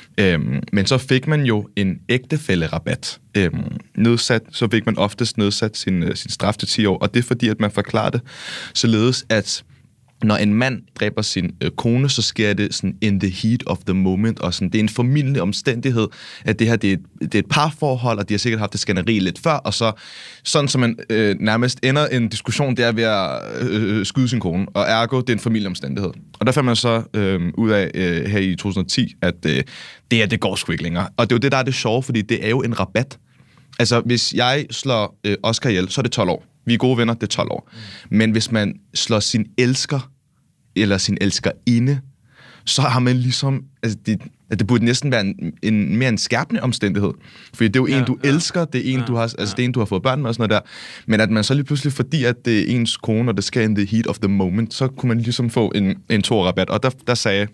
Men så fik man jo en ægtefællerabat nedsat, så fik man oftest nedsat sin straf til 10 år, og det er fordi, at man forklarer det således, at når en mand dræber sin kone, så sker det sådan in the heat of the moment, og sådan, det er en formildende omstændighed, at det her det er et parforhold, og de har sikkert haft det skænderi lidt før, og så sådan, som man nærmest ender en diskussion, det er ved at skyde sin kone, og ergo, det er en familieomstændighed. Og der fandt man så ud af her i 2010, at det går sgu ikke længere. Og det er jo det, der er det sjove, fordi det er jo en rabat. Altså, hvis jeg slår Oscar ihjel, så er det 12 år. Vi er gode venner, det er 12 år. Men hvis man slår sin elsker, eller sin elskerinde, så har man ligesom... Altså det burde næsten være mere en skærpende omstændighed. Fordi det er jo en, du elsker, det er en, du har, altså det er en, du har fået børn med og sådan noget der. Men at man så lige pludselig, fordi at det er ens kone, og det sker in the heat of the moment, så kunne man ligesom få en 2-rabat. Og der sagde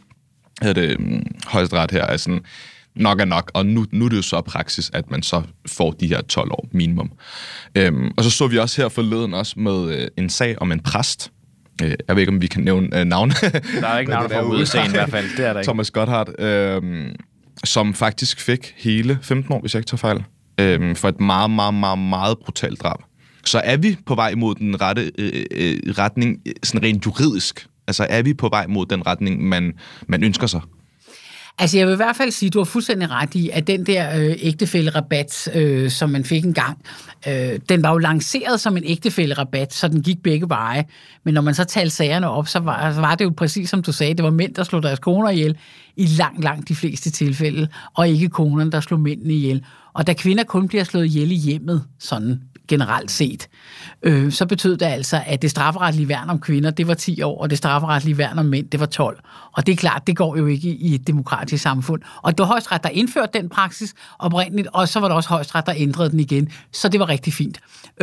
højesteret her, altså nok er nok, og nu er det jo så praksis, at man så får de her 12 år minimum. Og så vi også her forleden også med en sag om en præst. Jeg ved ikke, om vi kan nævne navne. Der er ikke navne for udseende i hvert fald, det er der ikke. Thomas Gotthardt, som faktisk fik hele 15 år, hvis jeg ikke tager fejl, for et meget, meget, meget, meget brutalt drab. Så er vi på vej mod den rette retning, sådan rent juridisk? Altså er vi på vej mod den retning, man ønsker sig? Altså, jeg vil i hvert fald sige, at du har fuldstændig ret i, at den der ægtefællerabat, som man fik engang, den var jo lanceret som en ægtefællerabat, så den gik begge veje. Men når man så talte sagerne op, så var det jo præcis som du sagde, det var mænd, der slog deres koner ihjel i langt de fleste tilfælde, og ikke konerne, der slog mændene ihjel. Og da kvinder kun bliver slået ihjel i hjemmet, sådan generelt set, så betød det altså, at det strafferetlige værn om kvinder, det var 10 år, og det strafferetlige værn om mænd, det var 12. Og det er klart, det går jo ikke i et demokratisk samfund. Og det var Højesteret, der indførte den praksis oprindeligt, og så var der også Højesteret, der ændrede den igen. Så det var rigtig fint.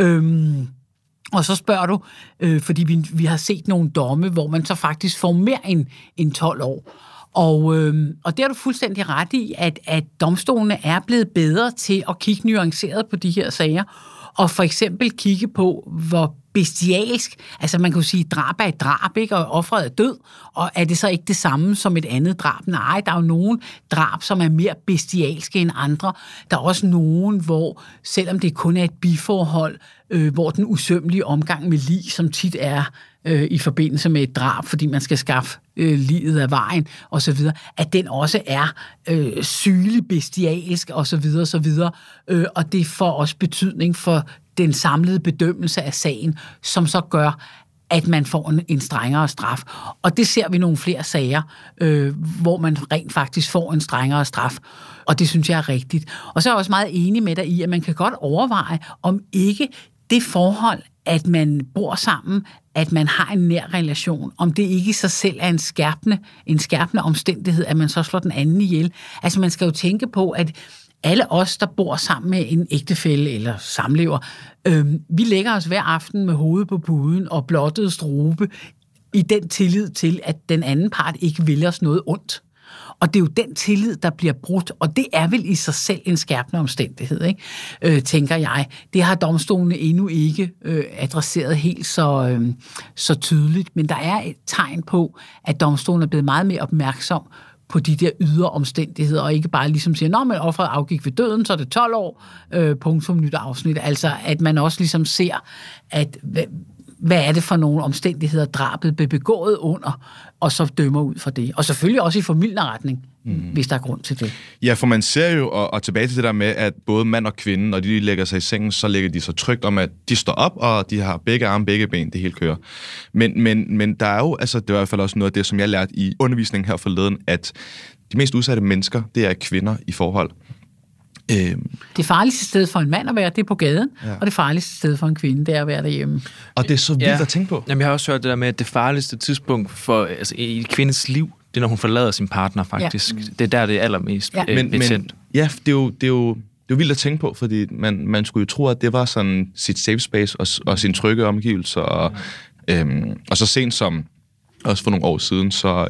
Og så spørger du, fordi vi har set nogle domme, hvor man så faktisk får mere end 12 år. Og det har du fuldstændig ret i, at domstolene er blevet bedre til at kigge nuanceret på de her sager, og for eksempel kigge på, hvor bestialsk, altså man kan jo sige, drab er et drab, ikke? Og offeret er død, og er det så ikke det samme som et andet drab? Nej, der er jo nogle drab, som er mere bestialske end andre. Der er også nogen, hvor selvom det kun er et biforhold, hvor den usømmelige omgang med lig, som tit er i forbindelse med et drab, fordi man skal skaffe liget af vejen, og så videre, at den også er sygelig bestialsk, og så videre, og så videre. Og det får også betydning for den samlede bedømmelse af sagen, som så gør, at man får en strengere straf. Og det ser vi nogle flere sager, hvor man rent faktisk får en strengere straf. Og det synes jeg er rigtigt. Og så er jeg også meget enig med dig i, at man kan godt overveje, om ikke det forhold, at man bor sammen, at man har en nær relation, om det ikke i sig selv er en skærpende omstændighed, at man så slår den anden ihjel. Altså man skal jo tænke på, at alle os, der bor sammen med en ægtefælle eller samlever, vi lægger os hver aften med hovedet på puden og blottet strube i den tillid til, at den anden part ikke vil os noget ondt. Og det er jo den tillid, der bliver brudt, og det er vel i sig selv en skærpende omstændighed, ikke? Tænker jeg. Det har domstolene endnu ikke adresseret helt så tydeligt, men der er et tegn på, at domstolen er blevet meget mere opmærksom på de der ydre omstændigheder, og ikke bare ligesom siger, når man offeret afgik ved døden, så er det 12 år, punktum nyt afsnit. Altså, at man også ligesom ser, at hvad er det for nogle omstændigheder, drabet blev begået under, og så dømmer ud for det. Og selvfølgelig også i formildende retning. hvis der er grund til det. Ja, for man ser jo, og tilbage til det der med, at både mand og kvinde, når de lægger sig i sengen, så lægger de sig trygt om, at de står op, og de har begge arme, begge ben, det hele kører. Men der er jo, altså det er i hvert fald også noget af det, som jeg lærte i undervisningen her forleden, at de mest udsatte mennesker, det er kvinder i forhold. Det farligste sted for en mand at være, det er på gaden, og det farligste sted for en kvinde, det er at være derhjemme. Og det er så vildt at tænke på. Jamen, jeg har også hørt det der med, at det farligste tidspunkt for, altså, i en kvindes liv, det er, når hun forlader sin partner, faktisk. Ja. Det er der, det er allermest betændt. Ja, det er jo vildt at tænke på, fordi man skulle jo tro, at det var sådan sit safe space og sin trygge omgivelser. Og så sent som, også for nogle år siden, så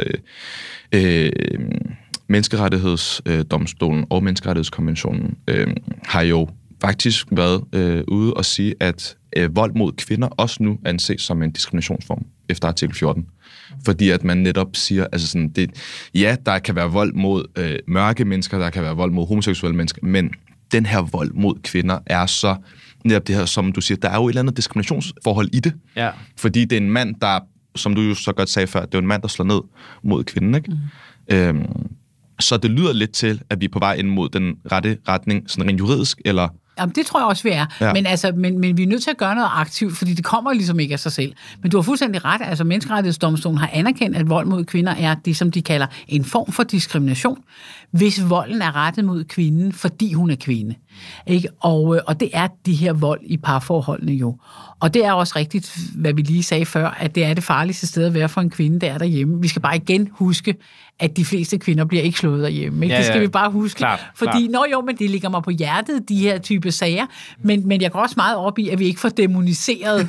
Menneskerettighedsdomstolen og Menneskerettighedskonventionen har jo faktisk været ude og sige, at vold mod kvinder også nu anses som en diskriminationsform efter artikel 14. Fordi at man netop siger, altså sådan, der kan være vold mod mørke mennesker, der kan være vold mod homoseksuelle mennesker, men den her vold mod kvinder er så netop det her, som du siger, der er jo et eller andet diskriminationsforhold i det. Ja. Fordi det er en mand, der, som du jo så godt sagde før, det er jo en mand, der slår ned mod kvinden, ikke? Så det lyder lidt til, at vi er på vej ind mod den rette retning, sådan rent juridisk, eller... Jamen, det tror jeg også, vi er. Ja. Men vi er nødt til at gøre noget aktivt, fordi det kommer ligesom ikke af sig selv. Men du har fuldstændig ret. Altså, Menneskerettighedsdomstolen har anerkendt, at vold mod kvinder er det, som de kalder en form for diskrimination, hvis volden er rettet mod kvinden, fordi hun er kvinde. Ikke? Og det er de her vold i parforholdene jo. Og det er også rigtigt, hvad vi lige sagde før, at det er det farligste sted at være for en kvinde, der er derhjemme. Vi skal bare igen huske, at de fleste kvinder bliver ikke slået derhjemme. Ikke? Ja, det skal vi bare huske. Fordi, men det ligger mig på hjertet, de her type sager. Men jeg går også meget op i, at vi ikke får dæmoniseret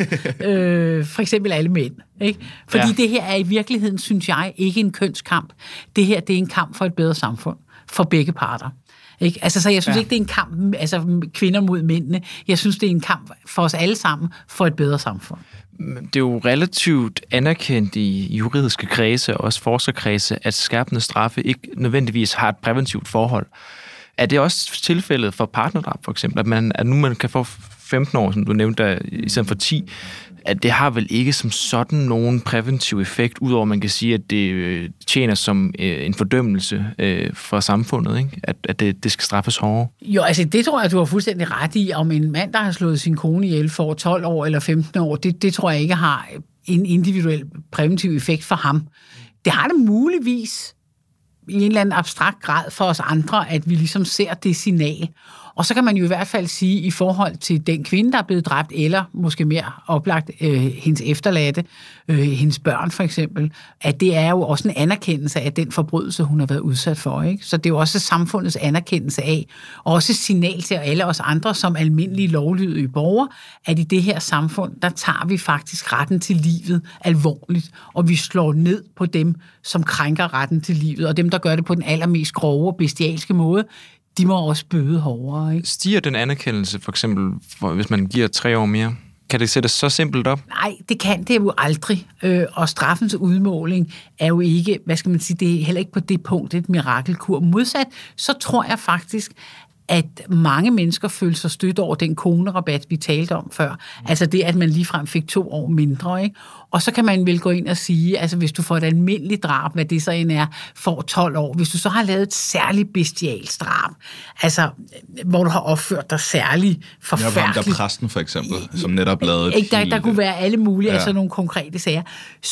for eksempel alle mænd. Ikke? Fordi det her er i virkeligheden, synes jeg, ikke en kønskamp. Det her, det er en kamp for et bedre samfund. For begge parter. Ikke? Altså, så jeg synes ikke, det er en kamp, altså kvinder mod mændene. Jeg synes, det er en kamp for os alle sammen, for et bedre samfund. Det er jo relativt anerkendt i juridiske kredse og også forskerkredse, at skærpende straffe ikke nødvendigvis har et præventivt forhold. Er det også tilfældet for partnerdrab, for eksempel? At nu man kan få 15 år, som du nævnte, i stedet for 10, at det har vel ikke som sådan nogen præventiv effekt, udover man kan sige, at det tjener som en fordømmelse for samfundet, ikke? At det skal straffes hårdere. Jo, altså det tror jeg, du har fuldstændig ret i. Om en mand, der har slået sin kone ihjel for 12 år eller 15 år, det tror jeg ikke har en individuel præventiv effekt for ham. Det har det muligvis i en eller anden abstrakt grad for os andre, at vi ligesom ser det signal. Og så kan man jo i hvert fald sige, i forhold til den kvinde, der er blevet dræbt, eller måske mere oplagt hendes efterladte, hendes børn for eksempel, at det er jo også en anerkendelse af den forbrydelse, hun har været udsat for. Ikke? Så det er jo også samfundets anerkendelse af, og også et signal til alle os andre som almindelige lovlydige borgere, at i det her samfund, der tager vi faktisk retten til livet alvorligt, og vi slår ned på dem, som krænker retten til livet, og dem, der gør det på den allermest grove og bestialske måde, de må også bøde hårdere, ikke? Stiger den anerkendelse, for eksempel, hvis man giver 3 år mere? Kan det sættes så simpelt op? Nej, det kan det jo aldrig. Og straffens udmåling er jo ikke, hvad skal man sige, det er heller ikke på det punkt et mirakelkur. Modsat, så tror jeg faktisk, at mange mennesker føler sig stødt over den konerabat, vi talte om før. Altså det, at man ligefrem fik 2 år mindre, ikke? Og så kan man vel gå ind og sige, altså hvis du får et almindeligt drab, hvad det så end er, får 12 år. Hvis du så har lavet et særligt bestialsk drab, altså hvor du har opført dig særligt forfærdeligt. Ja, der præsten for eksempel, som netop lavede der kunne være alle mulige, altså nogle konkrete sager.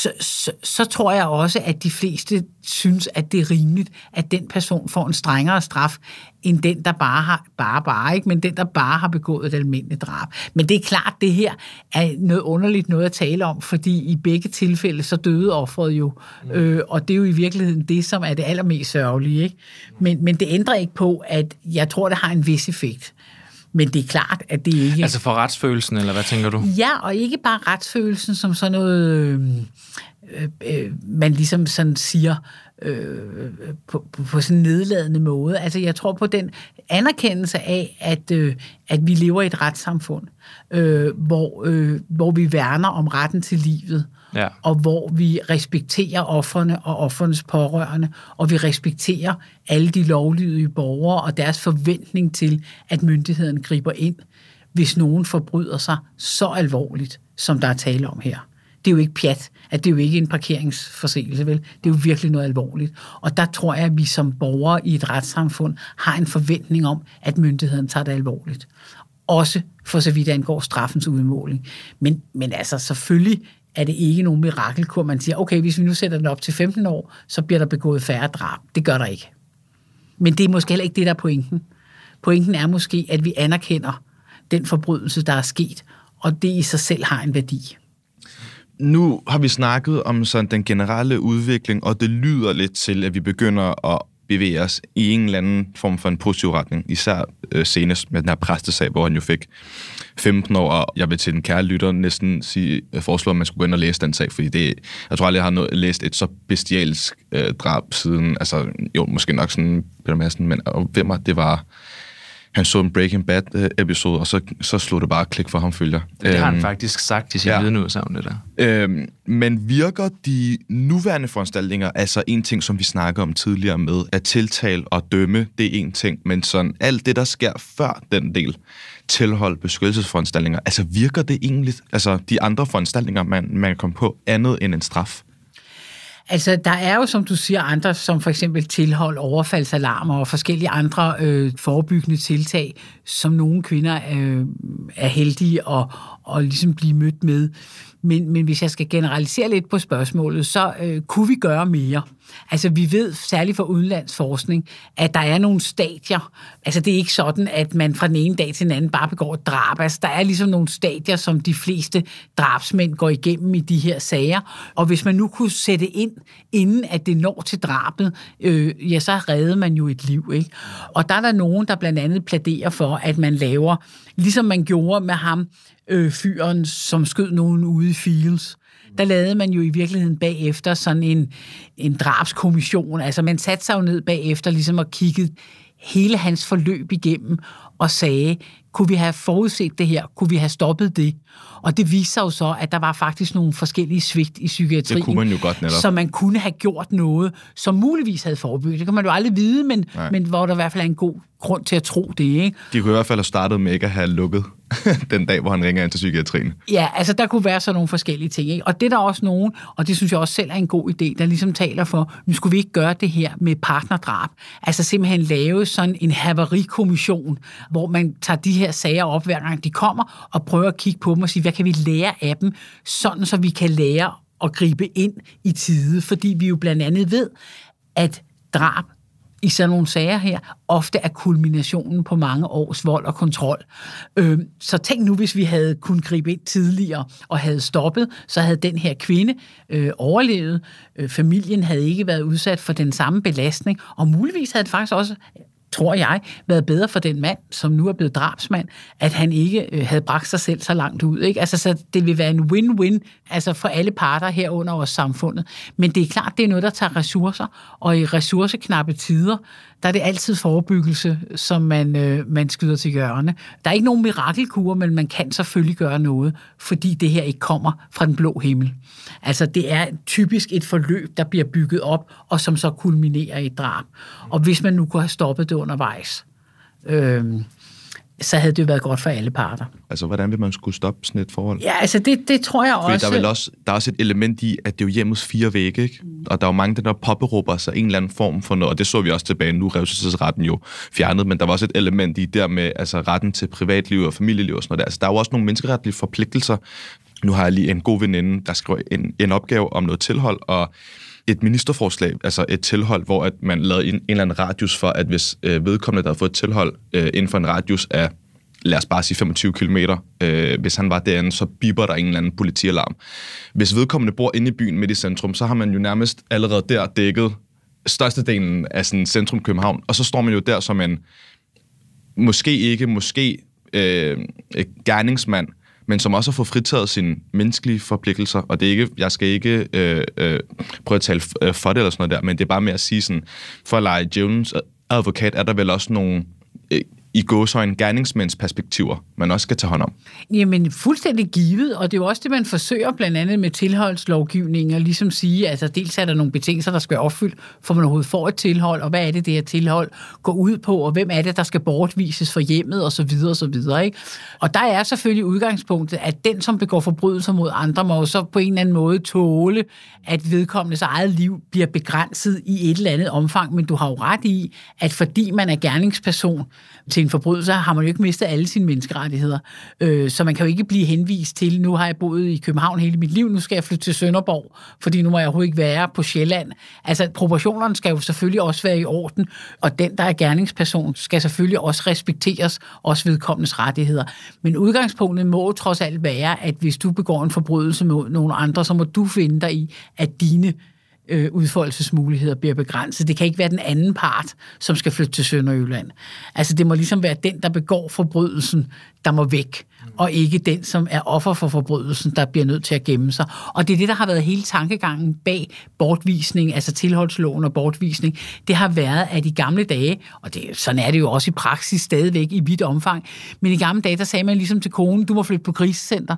Så tror jeg også, at de fleste synes, at det er rimeligt, at den person får en strengere straf, end den, der men den, der bare har begået et almindeligt drab. Men det er klart, det her er noget underligt noget at tale om, fordi i begge tilfælde, så døde offeret jo. Og det er jo i virkeligheden det, som er det allermest sørgelige. Ikke? Men det ændrer ikke på, at jeg tror, det har en vis effekt. Men det er klart, at det ikke... Altså for retsfølelsen, eller hvad tænker du? Ja, og ikke bare retsfølelsen som sådan noget... man ligesom sådan siger på sådan en nedladende måde. Altså jeg tror på den anerkendelse af, at vi lever i et retssamfund, hvor vi værner om retten til livet, og hvor vi respekterer ofrene og ofrenes pårørende, og vi respekterer alle de lovlydige borgere og deres forventning til, at myndigheden griber ind, hvis nogen forbryder sig så alvorligt, som der er tale om her. det er jo ikke pjat, at det er jo ikke en parkeringsforseelse, vel? Det er jo virkelig noget alvorligt. Og der tror jeg, at vi som borgere i et retssamfund har en forventning om, at myndigheden tager det alvorligt. Også for så vidt angår straffens udmåling. Men altså selvfølgelig er det ikke nogen mirakelkur, man siger, okay, hvis vi nu sætter den op til 15 år, så bliver der begået færre drab. Det gør der ikke. Men det er måske heller ikke det, der er pointen. Pointen er måske, at vi anerkender den forbrydelse, der er sket, og det i sig selv har en værdi. Nu har vi snakket om sådan den generelle udvikling, og det lyder lidt til, at vi begynder at bevæge os i en eller anden form for en positiv retning. Især senest med den her præstesag, hvor han jo fik 15 år, og jeg vil til den kære lytter næsten foreslå, at man skulle gå ind og læse den sag, fordi jeg tror aldrig, jeg har læst et så bestialsk drab siden, altså jo, måske nok sådan Peter Madsen, men hvem det var... Han så en Breaking Bad-episode, og så slog det bare klik for ham følger. Det har han faktisk sagt i sin vidneudsagn, det der. Men virker de nuværende foranstaltninger, altså en ting, som vi snakker om tidligere med, at tiltale og dømme, det er en ting, men sådan alt det, der sker før den del, tilhold, beskyttelsesforanstaltninger, altså virker det egentlig, altså de andre foranstaltninger, man kom på, andet end en straf? Altså, der er jo, som du siger, andre, som for eksempel tilhold, overfaldsalarmer og forskellige andre forebyggende tiltag, som nogle kvinder er heldige at ligesom blive mødt med. Men hvis jeg skal generalisere lidt på spørgsmålet, så kunne vi gøre mere. Altså, vi ved, særligt fra udenlandsforskning, at der er nogle stadier. Altså, det er ikke sådan, at man fra den ene dag til den anden bare begår et drab. Altså, der er ligesom nogle stadier, som de fleste drabsmænd går igennem i de her sager. Og hvis man nu kunne sætte ind, inden at det når til drabet, ja, så redder man jo et liv, ikke? Og der er der nogen, der blandt andet plæderer for, at man laver, ligesom man gjorde med ham, fyren, som skød nogen ude i Fields. Der lavede man jo i virkeligheden bagefter sådan en drabskommission. Altså man satte sig jo ned bagefter ligesom og kiggede hele hans forløb igennem og sagde, kunne vi have forudset det her? Kunne vi have stoppet det? Og det viste sig jo så, at der var faktisk nogle forskellige svigt i psykiatrien. Det kunne man jo godt netop. Så man kunne have gjort noget, som muligvis havde forebygget. Det kan man jo aldrig vide, men hvor der i hvert fald er en god grund til at tro det, ikke? De kunne i hvert fald have startet med ikke at have lukket den dag, hvor han ringer ind til psykiatrien. Ja, altså der kunne være sådan nogle forskellige ting, ikke? Og det er der også nogen, og det synes jeg også selv er en god idé, der ligesom taler for, nu skulle vi ikke gøre det her med partnerdrab. Altså simpelthen lave sådan en havarikommission, hvor man tager de her sager op, hver gang de kommer, og prøver at kigge på dem og sige, hvad kan vi lære af dem, sådan så vi kan lære at gribe ind i tide, fordi vi jo blandt andet ved, at drab i sådan nogle sager her, ofte er kulminationen på mange års vold og kontrol. Så tænk nu, hvis vi havde kunnet gribe ind tidligere og havde stoppet, så havde den her kvinde overlevet. Familien havde ikke været udsat for den samme belastning, og muligvis havde det faktisk også, tror jeg, været bedre for den mand, som nu er blevet drabsmand, at han ikke havde bragt sig selv så langt ud. Ikke? Altså, så det vil være en win-win altså for alle parter herunder også samfundet. Men det er klart, det er noget, der tager ressourcer, og i ressourceknappe tider, der er det altid forebyggelse, som man skyder til hjørne. Der er ikke nogen mirakelkur, men man kan selvfølgelig gøre noget, fordi det her ikke kommer fra den blå himmel. Altså, det er typisk et forløb, der bliver bygget op, og som så kulminerer i et drab. Og hvis man nu kunne have stoppet det undervejs, så havde det jo været godt for alle parter. Altså, hvordan vil man skulle stoppe sådan et forhold? Ja, altså det tror jeg også. Fordi der er også et element i, at det er jo hjemmets 4 vægge, ikke? Og der er jo mange, der påberåber sig en eller anden form for noget, og det så vi også tilbage. Nu revselsesretten jo fjernet, men der var også et element i der med altså, retten til privatliv og familieliv og sådan noget der. Altså, der er jo også nogle menneskeretlige forpligtelser. Nu har jeg lige en god veninde, der skriver en opgave om noget tilhold, og et ministerforslag, altså et tilhold, hvor at man lavede en eller anden radius for, at hvis vedkommende, der har fået et tilhold inden for en radius af, lad os bare sige 25 kilometer, hvis han var derinde, så biber der en eller anden politialarm. Hvis vedkommende bor inde i byen midt i centrum, så har man jo nærmest allerede der dækket størstedelen af sådan centrum København, og så står man jo der som en måske gerningsmand, men som også har fået fritaget sine menneskelige forpligtelser, og det er ikke, jeg skal ikke prøve at tale for det eller sådan noget der, men det er bare med at sige sådan, for at lege djævelens advokat, er der vel også nogle i gåseøjne gerningsmænds perspektiver, man også skal tage hånd om. Jamen, fuldstændig givet, og det er jo også det, man forsøger blandt andet med tilholdslovgivning, og ligesom sige, altså dels er der nogle betingelser, der skal opfylde, for man overhovedet får et tilhold, og hvad er det her tilhold går ud på, og hvem er det, der skal bortvises fra hjemmet, og så videre, og så videre, ikke? Og der er selvfølgelig udgangspunktet, at den, som begår forbrydelser mod andre, må så på en eller anden måde tåle, at vedkommendes eget liv bliver begrænset i et eller andet omfang, men du har jo ret i, at fordi man er gerningsperson til en forbrydelse, har man jo ikke mistet alle sine menneskerettigheder. Så man kan jo ikke blive henvist til, nu har jeg boet i København hele mit liv, nu skal jeg flytte til Sønderborg, fordi nu må jeg overhovedet ikke være på Sjælland. Altså, proportionerne skal jo selvfølgelig også være i orden, og den, der er gerningsperson, skal selvfølgelig også respekteres, også vedkommendes rettigheder. Men udgangspunktet må trods alt være, at hvis du begår en forbrydelse mod nogle andre, så må du finde dig i, at dine udfoldelsesmuligheder bliver begrænset. Det kan ikke være den anden part, som skal flytte til Sønderjylland. Altså, det må ligesom være den, der begår forbrydelsen, der må væk, og ikke den, som er offer for forbrydelsen, der bliver nødt til at gemme sig. Og det er det, der har været hele tankegangen bag bortvisning, altså tilholdsloven og bortvisning. Det har været, at i gamle dage, og sådan er det jo også i praksis stadigvæk i vidt omfang, men i gamle dage, der sagde man ligesom til konen, du må flytte på krisecenter.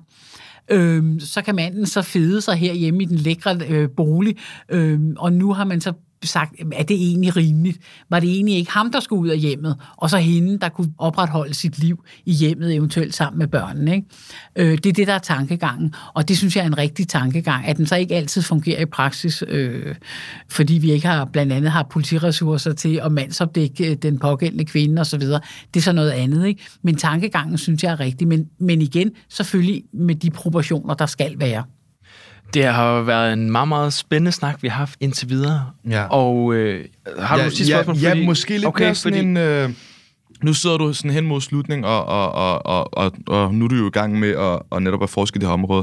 Så kan manden så fede sig herhjemme i den lækre bolig, og nu har man så sagt, er det egentlig rimeligt? Var det egentlig ikke ham, der skulle ud af hjemmet, og så hende, der kunne opretholde sit liv i hjemmet, eventuelt sammen med børnene, ikke? Det er det, der er tankegangen, og det synes jeg er en rigtig tankegang, at den så ikke altid fungerer i praksis, fordi vi ikke har, blandt andet har politiressourcer til at mandsopdække den pågældende kvinde osv. Det er så noget andet, ikke? Men tankegangen synes jeg er rigtig, men igen, selvfølgelig med de proportioner, der skal være. Det har været en meget, meget spændende snak, vi har haft indtil videre. Ja. Og har du sidste spørgsmål? Ja, måske lidt mere sådan en... Nu sidder du sådan hen mod slutning, og nu er du jo i gang med at netop at forske i det her område.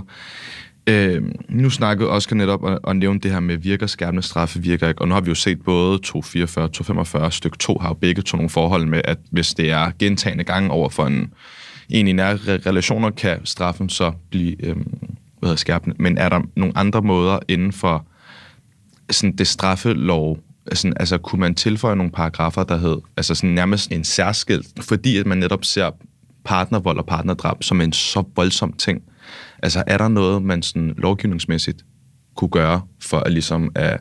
Nu snakkede Oscar netop og nævnte det her med virker skærpende straffe, virker ikke. Og nu har vi jo set både 244, 245, stykke 2 har jo begge to nogle forhold med, at hvis det er gentagne gange over for en i nære relationer, kan straffen så blive... skærpende, men er der nogle andre måder inden for sådan det straffelov, altså kunne man tilføje nogle paragrafer, der hed, altså sådan nærmest en særskilt, fordi at man netop ser partnervold og partnerdrab som en så voldsom ting. Altså er der noget, man sådan lovgivningsmæssigt kunne gøre for at ligesom at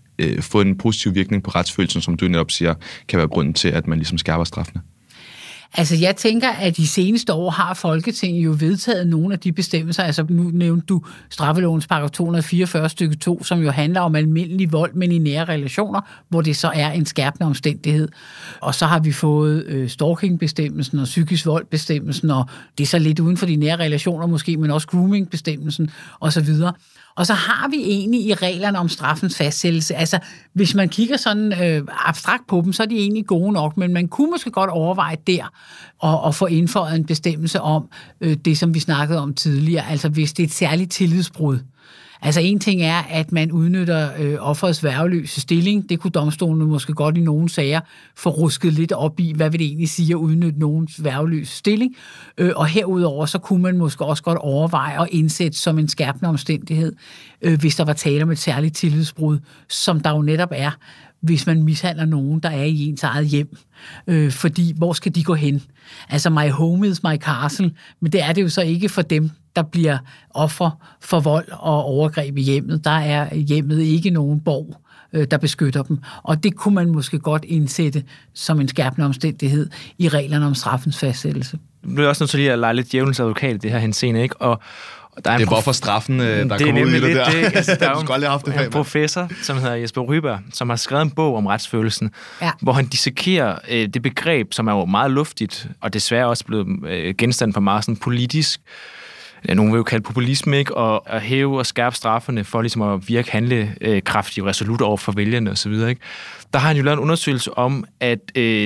få en positiv virkning på retsfølelsen, som du netop siger, kan være grunden til, at man ligesom skærper straffene? Altså, jeg tænker, at de seneste år har Folketinget jo vedtaget nogle af de bestemmelser. Altså, nu nævnte du straffelovens paragraf 244 stykke 2, som jo handler om almindelig vold, men i nære relationer, hvor det så er en skærpende omstændighed. Og så har vi fået stalkingbestemmelsen og psykisk voldbestemmelsen, og det er så lidt uden for de nære relationer måske, men også groomingbestemmelsen osv. Og så har vi egentlig i reglerne om straffens fastsættelse, altså hvis man kigger sådan abstrakt på dem, så er de egentlig gode nok, men man kunne måske godt overveje der og få indføjet en bestemmelse om det, som vi snakkede om tidligere, altså hvis det er et særligt tillidsbrud. Altså en ting er, at man udnytter offerets værgeløse stilling. Det kunne domstolene måske godt i nogle sager få rusket lidt op i, hvad vil det egentlig sige at udnytte nogens værgeløse stilling. Og herudover så kunne man måske også godt overveje at indsætte som en skærpende omstændighed, hvis der var tale om et særligt tillidsbrud, som der jo netop er, hvis man mishandler nogen, der er i ens eget hjem. Fordi, hvor skal de gå hen? Altså, my home is my castle, men det er det jo så ikke for dem, der bliver offer for vold og overgreb i hjemmet. Der er hjemmet ikke nogen borg, der beskytter dem. Og det kunne man måske godt indsætte som en skærpende omstændighed i reglerne om straffens fastsættelse. Nu bliver også nødt til lige at lege lidt djævelens advokat i det her henseende, ikke? Og der er hvorfor straffen, der kommer ud i det der. Altså, der er en professor, som hedder Jesper Ryberg, som har skrevet en bog om retsfølelsen, hvor han dissekerer det begreb, som er jo meget luftigt, og desværre også blevet genstand for meget sådan politisk, nogen vil jo kalde populisme, ikke? Og at hæve og skærpe strafferne for ligesom at virke handlekraftigt og resolut over for vælgerne osv., ikke? Der har han jo lavet en undersøgelse om, at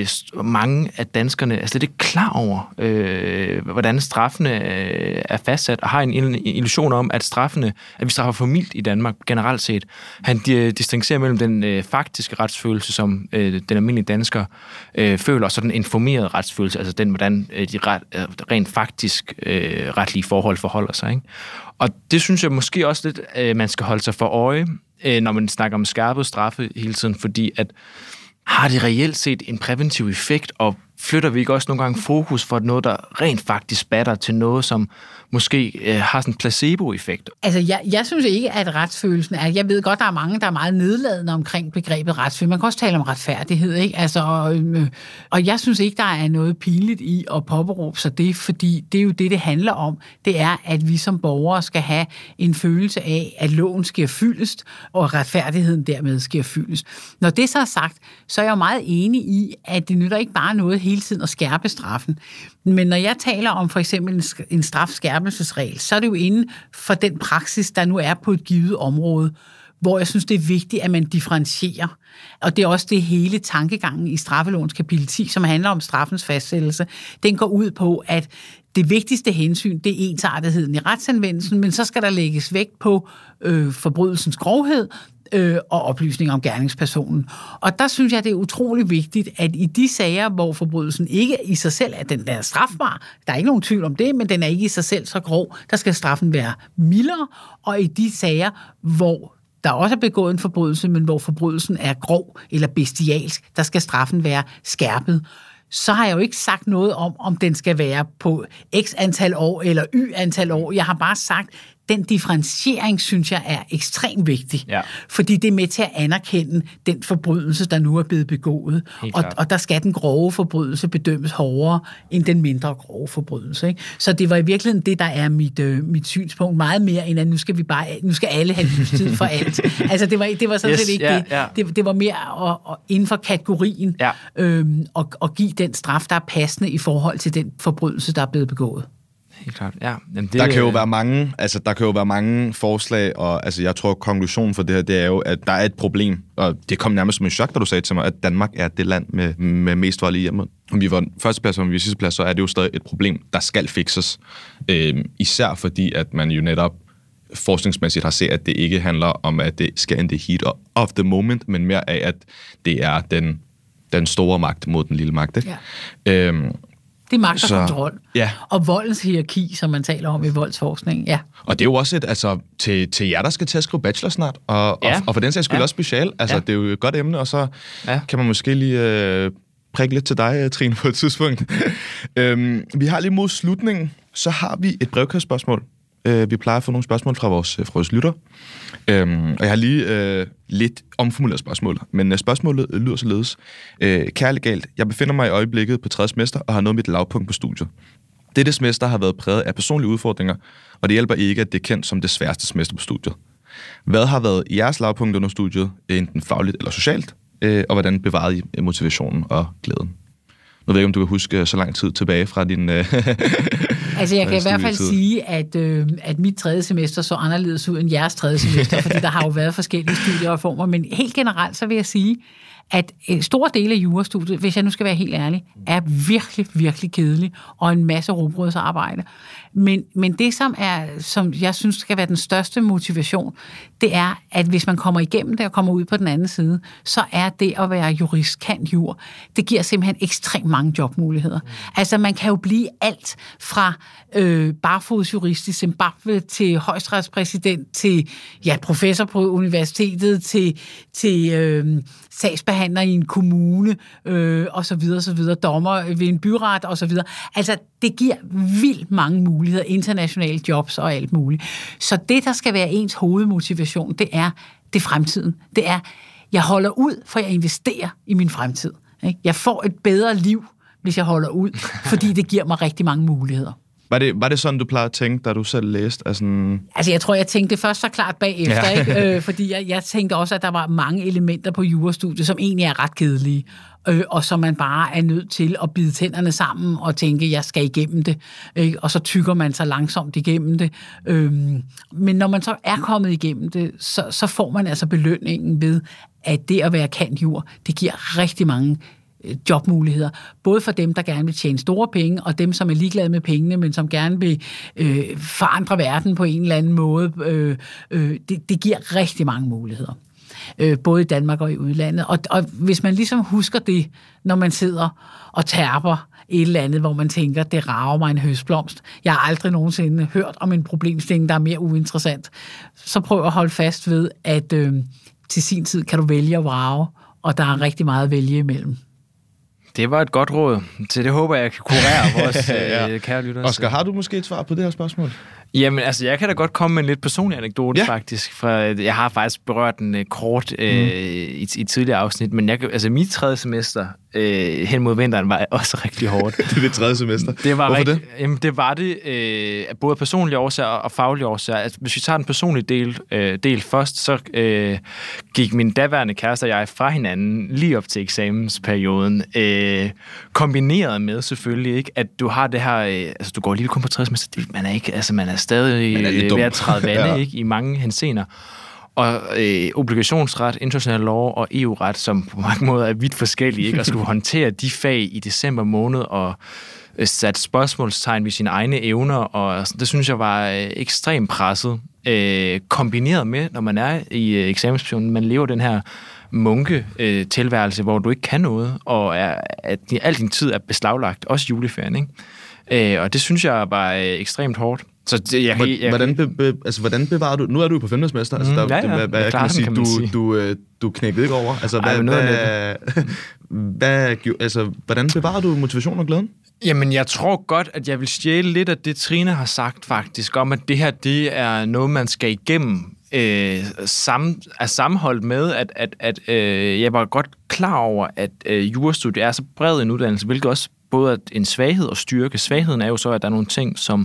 mange af danskerne er slet ikke klar over, hvordan straffene er fastsat, og har en illusion om, at straffene, at vi straffer for mildt i Danmark generelt set. Han distancerer mellem den faktiske retsfølelse, som den almindelige dansker føler, og så den informerede retsfølelse, altså den, hvordan de rent faktisk retlige forhold forholder sig, ikke? Og det synes jeg måske også lidt, man skal holde sig for øje, når man snakker om skærpet straffe hele tiden, fordi at har det reelt set en præventiv effekt, og flytter vi ikke også nogle gange fokus fra noget, der rent faktisk batter, til noget, som måske har sådan en placebo-effekt? Altså, jeg synes ikke, at retsfølelsen er... Jeg ved godt, der er mange, der er meget nedladende omkring begrebet retsfølelse. Man kan også tale om retfærdighed, ikke? Altså, og jeg synes ikke, der er noget pinligt i at påberåbe sig det, fordi det er jo det handler om. Det er, at vi som borgere skal have en følelse af, at loven sker fyldest, og retfærdigheden dermed sker fyldest. Når det så er sagt, så er jeg jo meget enig i, at det nytter ikke bare noget hele tiden at skærpe straffen. Men når jeg taler om for eksempel en strafskærpelsesregel, så er det jo inden for den praksis, der nu er på et givet område, hvor jeg synes, det er vigtigt, at man differentierer. Og det er også det hele tankegangen i straffelovens kapitel 10, som handler om straffens fastsættelse. Den går ud på, at det vigtigste hensyn, det er ensartetheden i retsanvendelsen, men så skal der lægges vægt på forbrydelsens grovhed, og oplysning om gerningspersonen. Og der synes jeg, det er utrolig vigtigt, at i de sager, hvor forbrydelsen ikke i sig selv er den der strafbar, der er ikke nogen tvivl om det, men den er ikke i sig selv så grov, der skal straffen være mildere, og i de sager, hvor der også er begået en forbrydelse, men hvor forbrydelsen er grov eller bestialsk, der skal straffen være skærpet. Så har jeg jo ikke sagt noget om den skal være på x antal år eller y antal år. Jeg har bare sagt, den differentiering, synes jeg, er ekstremt vigtig. Ja. Fordi det er med til at anerkende den forbrydelse, der nu er blevet begået. Og der skal den grove forbrydelse bedømmes hårdere end den mindre grove forbrydelse. Ikke? Så det var i virkeligheden det, der er mit synspunkt. Meget mere end at nu skal alle have livstid for alt. Altså det var sådan set ikke det. Det var mere inden for kategorien at give den straf, der er passende i forhold til den forbrydelse, der er blevet begået. Helt klart, ja. Men det, der kan jo være mange forslag, og altså, jeg tror, konklusionen for det her, det er jo, at der er et problem, og det kom nærmest som en chok, da du sagde til mig, at Danmark er det land med mest vold i hjemmet. Om vi var førsteplads, og om vi var sidsteplads, så er det jo stadig et problem, der skal fikses. Især fordi, at man jo netop forskningsmæssigt har set, at det ikke handler om, at det skal in the heat of the moment, men mere af, at det er den store magt mod den lille magt. Ikke? Ja. Det er magt og kontrol. Ja. Og voldens hierarki, som man taler om i voldsforskning. Ja. Og det er jo også til jer, der skal til at skrive bachelor snart, og for den sags skyld også special. Altså, det er jo et godt emne, og så kan man måske lige prikke lidt til dig, Trine, på et tidspunkt. Vi har lige mod slutningen, så har vi et brevkastspørgsmål. Vi plejer at få nogle spørgsmål fra vores lytter. Og jeg har lige lidt omformuleret spørgsmål, men spørgsmålet lyder således. Kære legalt, jeg befinder mig i øjeblikket på 3. semester og har nået mit lavpunkt på studiet. Dette semester har været præget af personlige udfordringer, og det hjælper ikke, at det er kendt som det sværeste semester på studiet. Hvad har været jeres lavpunkt under studiet, enten fagligt eller socialt, og hvordan bevarede I motivationen og glæden? Nu ved jeg ikke, om du kan huske så lang tid tilbage fra din altså, jeg kan i hvert fald sige, at mit 3. semester så anderledes ud end jeres 3. semester, fordi der har jo været forskellige studiereformer, men helt generelt så vil jeg sige, at en stor del af jurastudiet, hvis jeg nu skal være helt ærlig, er virkelig, virkelig kedelig, og en masse rugbrødsarbejde. Men det, som jeg synes skal være den største motivation, det er, at hvis man kommer igennem det og kommer ud på den anden side, så er det at være jurist, cand. jur. Det giver simpelthen ekstremt mange jobmuligheder. Altså, man kan jo blive alt fra barfodsjurist i Zimbabwe til højesteretspræsident til professor på universitetet til sagsbehandler i en kommune og så videre, dommer ved en byret og så videre. Altså, det giver vildt mange muligheder, internationale jobs og alt muligt. Så det, der skal være ens hovedmotivation, det er fremtiden. Det er, jeg holder ud, for jeg investerer i min fremtid. Ikke? Jeg får et bedre liv, hvis jeg holder ud, fordi det giver mig rigtig mange muligheder. Var det sådan, du plejede at tænke, da du selv læste? Altså, jeg tror, jeg tænkte det først så klart bagefter, ikke? Fordi jeg tænkte også, at der var mange elementer på jurastudiet, som egentlig er ret kedelige, og som man bare er nødt til at bide tænderne sammen og tænke, jeg skal igennem det, ikke? Og så tykker man sig langsomt igennem det. Men når man så er kommet igennem det, så får man altså belønningen ved, at det at være cand. jur, det giver rigtig mange jobmuligheder, både for dem, der gerne vil tjene store penge, og dem, som er ligeglade med pengene, men som gerne vil forandre verden på en eller anden måde. Det giver rigtig mange muligheder, både i Danmark og i udlandet. Og hvis man ligesom husker det, når man sidder og terper et eller andet, hvor man tænker, det rager mig en høstblomst. Jeg har aldrig nogensinde hørt om en problemstilling, der er mere uinteressant. Så prøv at holde fast ved, at til sin tid kan du vælge at vrage, og der er rigtig meget at vælge imellem. Det var et godt råd. Så det håber jeg kan kurere vores kære lyttere. Oscar, har du måske et svar på det her spørgsmål? Jamen, altså, jeg kan da godt komme med en lidt personlig anekdote, faktisk. For jeg har faktisk berørt den kort i et tidligere afsnit, men mit 3. semester hen mod vinteren var også rigtig hårdt. Det er det 3. semester. Hvorfor det? Jamen, det var det både personlige årsager og faglige årsager. Altså, hvis vi tager den personlige del først, så gik min daværende kæreste og jeg fra hinanden lige op til eksamensperioden. Kombineret med selvfølgelig, ikke, at du har det her... du går lige kun på 3. semester. Man er stadig ved at træde vande, ikke, i mange henseender. Og obligationsret, international lov og EU-ret, som på mange måder er vidt forskellige, ikke? Og skulle håndtere de fag i december måned og sat spørgsmålstegn ved sine egne evner, og det synes jeg var ekstremt presset. Kombineret med, når man er i eksamensperioden, man lever den her munke-tilværelse, hvor du ikke kan noget, og at al din tid er beslaglagt, også juleferien, ikke? Og det synes jeg var ekstremt hårdt. Så hvordan bevarer du... Nu er du på 5. semester. Hvad kan man sige? Du knækkede ikke over. Hvordan bevarer du motivation og glæden? Jamen, jeg tror godt, at jeg vil stjæle lidt af det, Trine har sagt faktisk, om at det her, det er noget, man skal igennem sammenholdt med, at jeg var godt klar over, at jurastudiet er så bred en uddannelse, hvilket også både er en svaghed og styrke. Svagheden er jo så, at der er nogle ting, som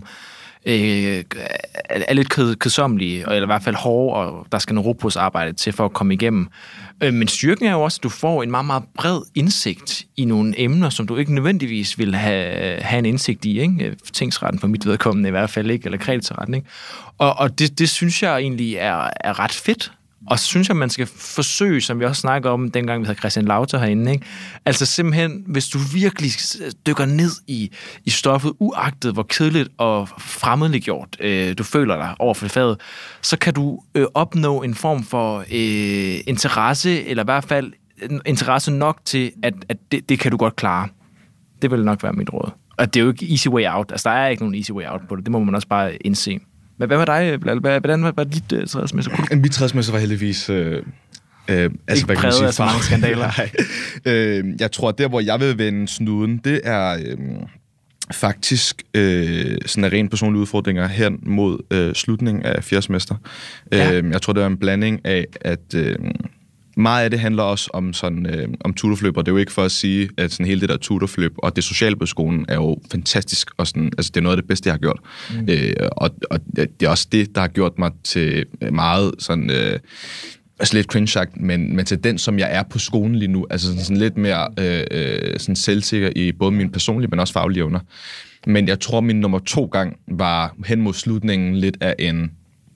er lidt kedsommelige, eller i hvert fald hårde, og der skal noget robotsarbejde til for at komme igennem. Men styrken er jo også, at du får en meget, meget bred indsigt i nogle emner, som du ikke nødvendigvis vil have en indsigt i, ikke? Tingsretten for mit vedkommende i hvert fald ikke, eller kreditorretten, ikke? Og det synes jeg egentlig er ret fedt. Og så synes jeg, man skal forsøge, som vi også snakkede om, dengang vi havde Christian Lauter herinde, ikke? Altså simpelthen, hvis du virkelig dykker ned i stoffet, uagtet hvor kedeligt og fremmedliggjort du føler dig over for faget, så kan du opnå en form for interesse, eller i hvert fald interesse nok til, at det kan du godt klare. Det vil nok være mit råd. Og det er jo ikke easy way out. Altså, der er ikke nogen easy way out på det. Det må man også bare indse. Hvad var dig? Hvordan var dit 3. semester? Mit 3. semester var heldigvis... ikke præget af så mange skandaler. Jeg tror, der hvor jeg vil vende snuden, det er faktisk sådan en ren personlige udfordringer hen mod slutningen af 4. semester. Jeg tror, det var en blanding af, at... meget af det handler også om sådan om tutorforløb, og det er jo ikke for at sige, at sådan hele det der tutorforløb og det sociale på skolen er jo fantastisk, og sådan, altså det er noget af det bedste, jeg har gjort. Og det er også det, der har gjort mig til meget sådan, altså lidt cringe-sagt, men til den, som jeg er på skolen lige nu, altså sådan lidt mere sådan selvsikker i både mine personlige, men også faglige evner. Men jeg tror, min nummer 2 gang var hen mod slutningen lidt af en...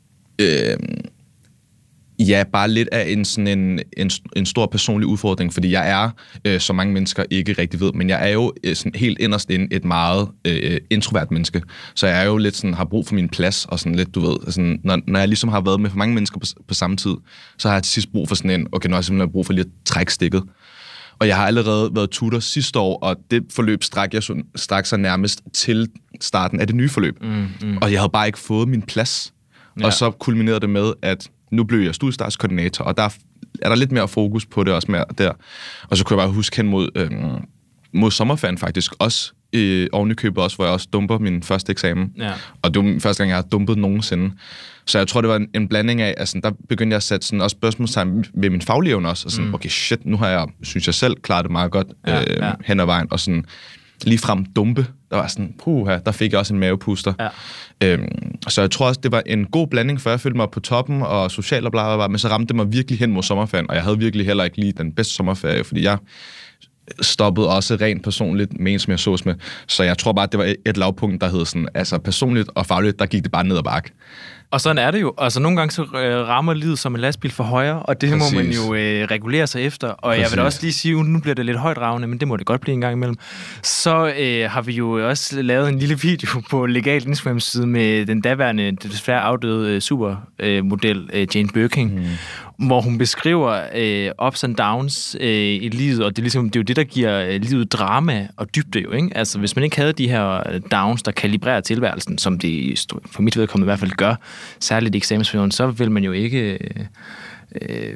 bare lidt af en stor personlig udfordring, fordi jeg er, som mange mennesker ikke rigtig ved, men jeg er jo sådan helt inderst inde et meget introvert menneske. Så jeg er jo lidt sådan, har brug for min plads, og sådan lidt, du ved, sådan, når jeg ligesom har været med for mange mennesker på samme tid, så har jeg til sidst brug for sådan en, okay, nu har jeg simpelthen brug for lige at trække stikket. Og jeg har allerede været tutor sidste år, og det forløb strak sig nærmest til starten af det nye forløb. Og jeg havde bare ikke fået min plads. Ja. Og så kulminerede det med, at nu blev jeg studiestartskoordinator, og der er der lidt mere fokus på det også mere der. Og så kunne jeg bare huske hen mod sommerferien faktisk, også oven i købet også, hvor jeg også dumper min første eksamen. Ja. Og det var første gang, jeg har dumpet nogensinde. Så jeg tror, det var en blanding af, altså der begyndte jeg at sætte sådan også spørgsmålstegn ved min faglige evne også, og sådan, okay shit, nu har jeg, synes jeg selv, klaret det meget godt hen ad vejen, og sådan ligefrem dumpe, der var sådan, der fik jeg også en mavepuster. Ja. Så jeg tror også, det var en god blanding, for jeg følte mig på toppen og social og bla, men så ramte det mig virkelig hen mod sommerferien, og jeg havde virkelig heller ikke lige den bedste sommerferie, fordi jeg stoppede også rent personligt med en, som jeg sås med. Så jeg tror bare, at det var et lavpunkt, der hed sådan, altså personligt og fagligt, der gik det bare ned ad bakke. Og sådan er det jo. Altså nogle gange så rammer livet som en lastbil for højre, og det må man jo regulere sig efter. Og jeg vil da også lige sige, nu bliver det lidt højtravende, men det må det godt blive en gang imellem. Så har vi jo også lavet en lille video på Legalt Instagram-side med den daværende, desværre afdøde supermodel Jane Birkin, hvor hun beskriver ups and downs i livet, og det er jo det, der giver livet drama og dybde jo, ikke? Altså hvis man ikke havde de her downs, der kalibrerer tilværelsen, som det for mit vedkommende i hvert fald gør, særligt i eksamensperioden, så vil man jo ikke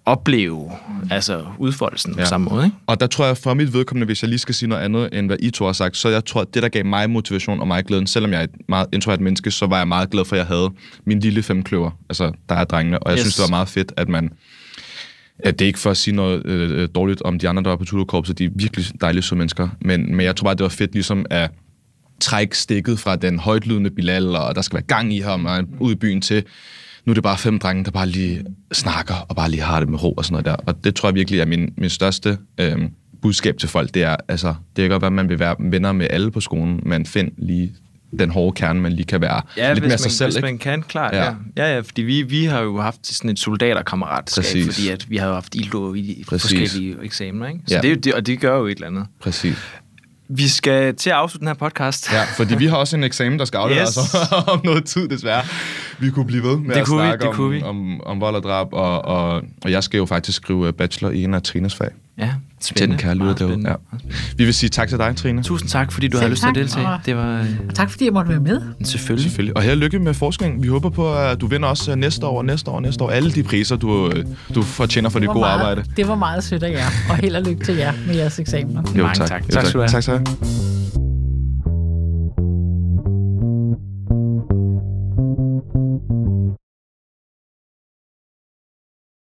opleve udfoldelsen på samme måde, ikke? Og der tror jeg for mit vedkommende, hvis jeg lige skal sige noget andet, end hvad I to har sagt, så jeg tror, at det, der gav mig motivation og mig glæden, selvom jeg er et meget introvert menneske, så var jeg meget glad for, at jeg havde min lille 5 kløver, altså der er drengene, og jeg synes, det var meget fedt, at det ikke for at sige noget dårligt om de andre, der var på Tutorkorpset, de er virkelig dejlige søde mennesker, men jeg tror bare, det var fedt ligesom at trække stikket fra den højtlydende Bilal, og der skal være gang i ham, og ud i byen til, nu er det bare 5 drenge, der bare lige snakker, og bare lige har det med ro og sådan noget der. Og det tror jeg virkelig er min største budskab til folk, det er, altså, det kan godt være, at man vil være venner med alle på skolen, men find lige den hårde kerne, man lige kan være lidt mere sig selv. Hvis man kan, klart, ja, fordi vi har jo haft sådan et soldaterkammeratskab, fordi at vi har jo haft ildo i forskellige eksamener, ikke? Så det er jo det, og det gør jo et eller andet. Præcis. Vi skal til at afslutte den her podcast. Ja, fordi vi har også en eksamen, der skal afleveres om noget tid, desværre. Vi kunne blive ved med at snakke om vold og drab, og jeg skal jo faktisk skrive bachelor i en af Trines fag. Ja, spændende. Til den kære lytter derude. Ja. Vi vil sige tak til dig, Trine. Tusind tak, fordi du havde lyst til at deltage. Det var, tak, fordi jeg måtte være med. Selvfølgelig. Og held og lykke med forskning. Vi håber på, at du vinder også næste år. Alle de priser, du fortjener for dit gode arbejde. Det var meget sødt af jer, og held og lykke til jer med jeres eksamener. Jo, tak. Tak skal du have. Tak.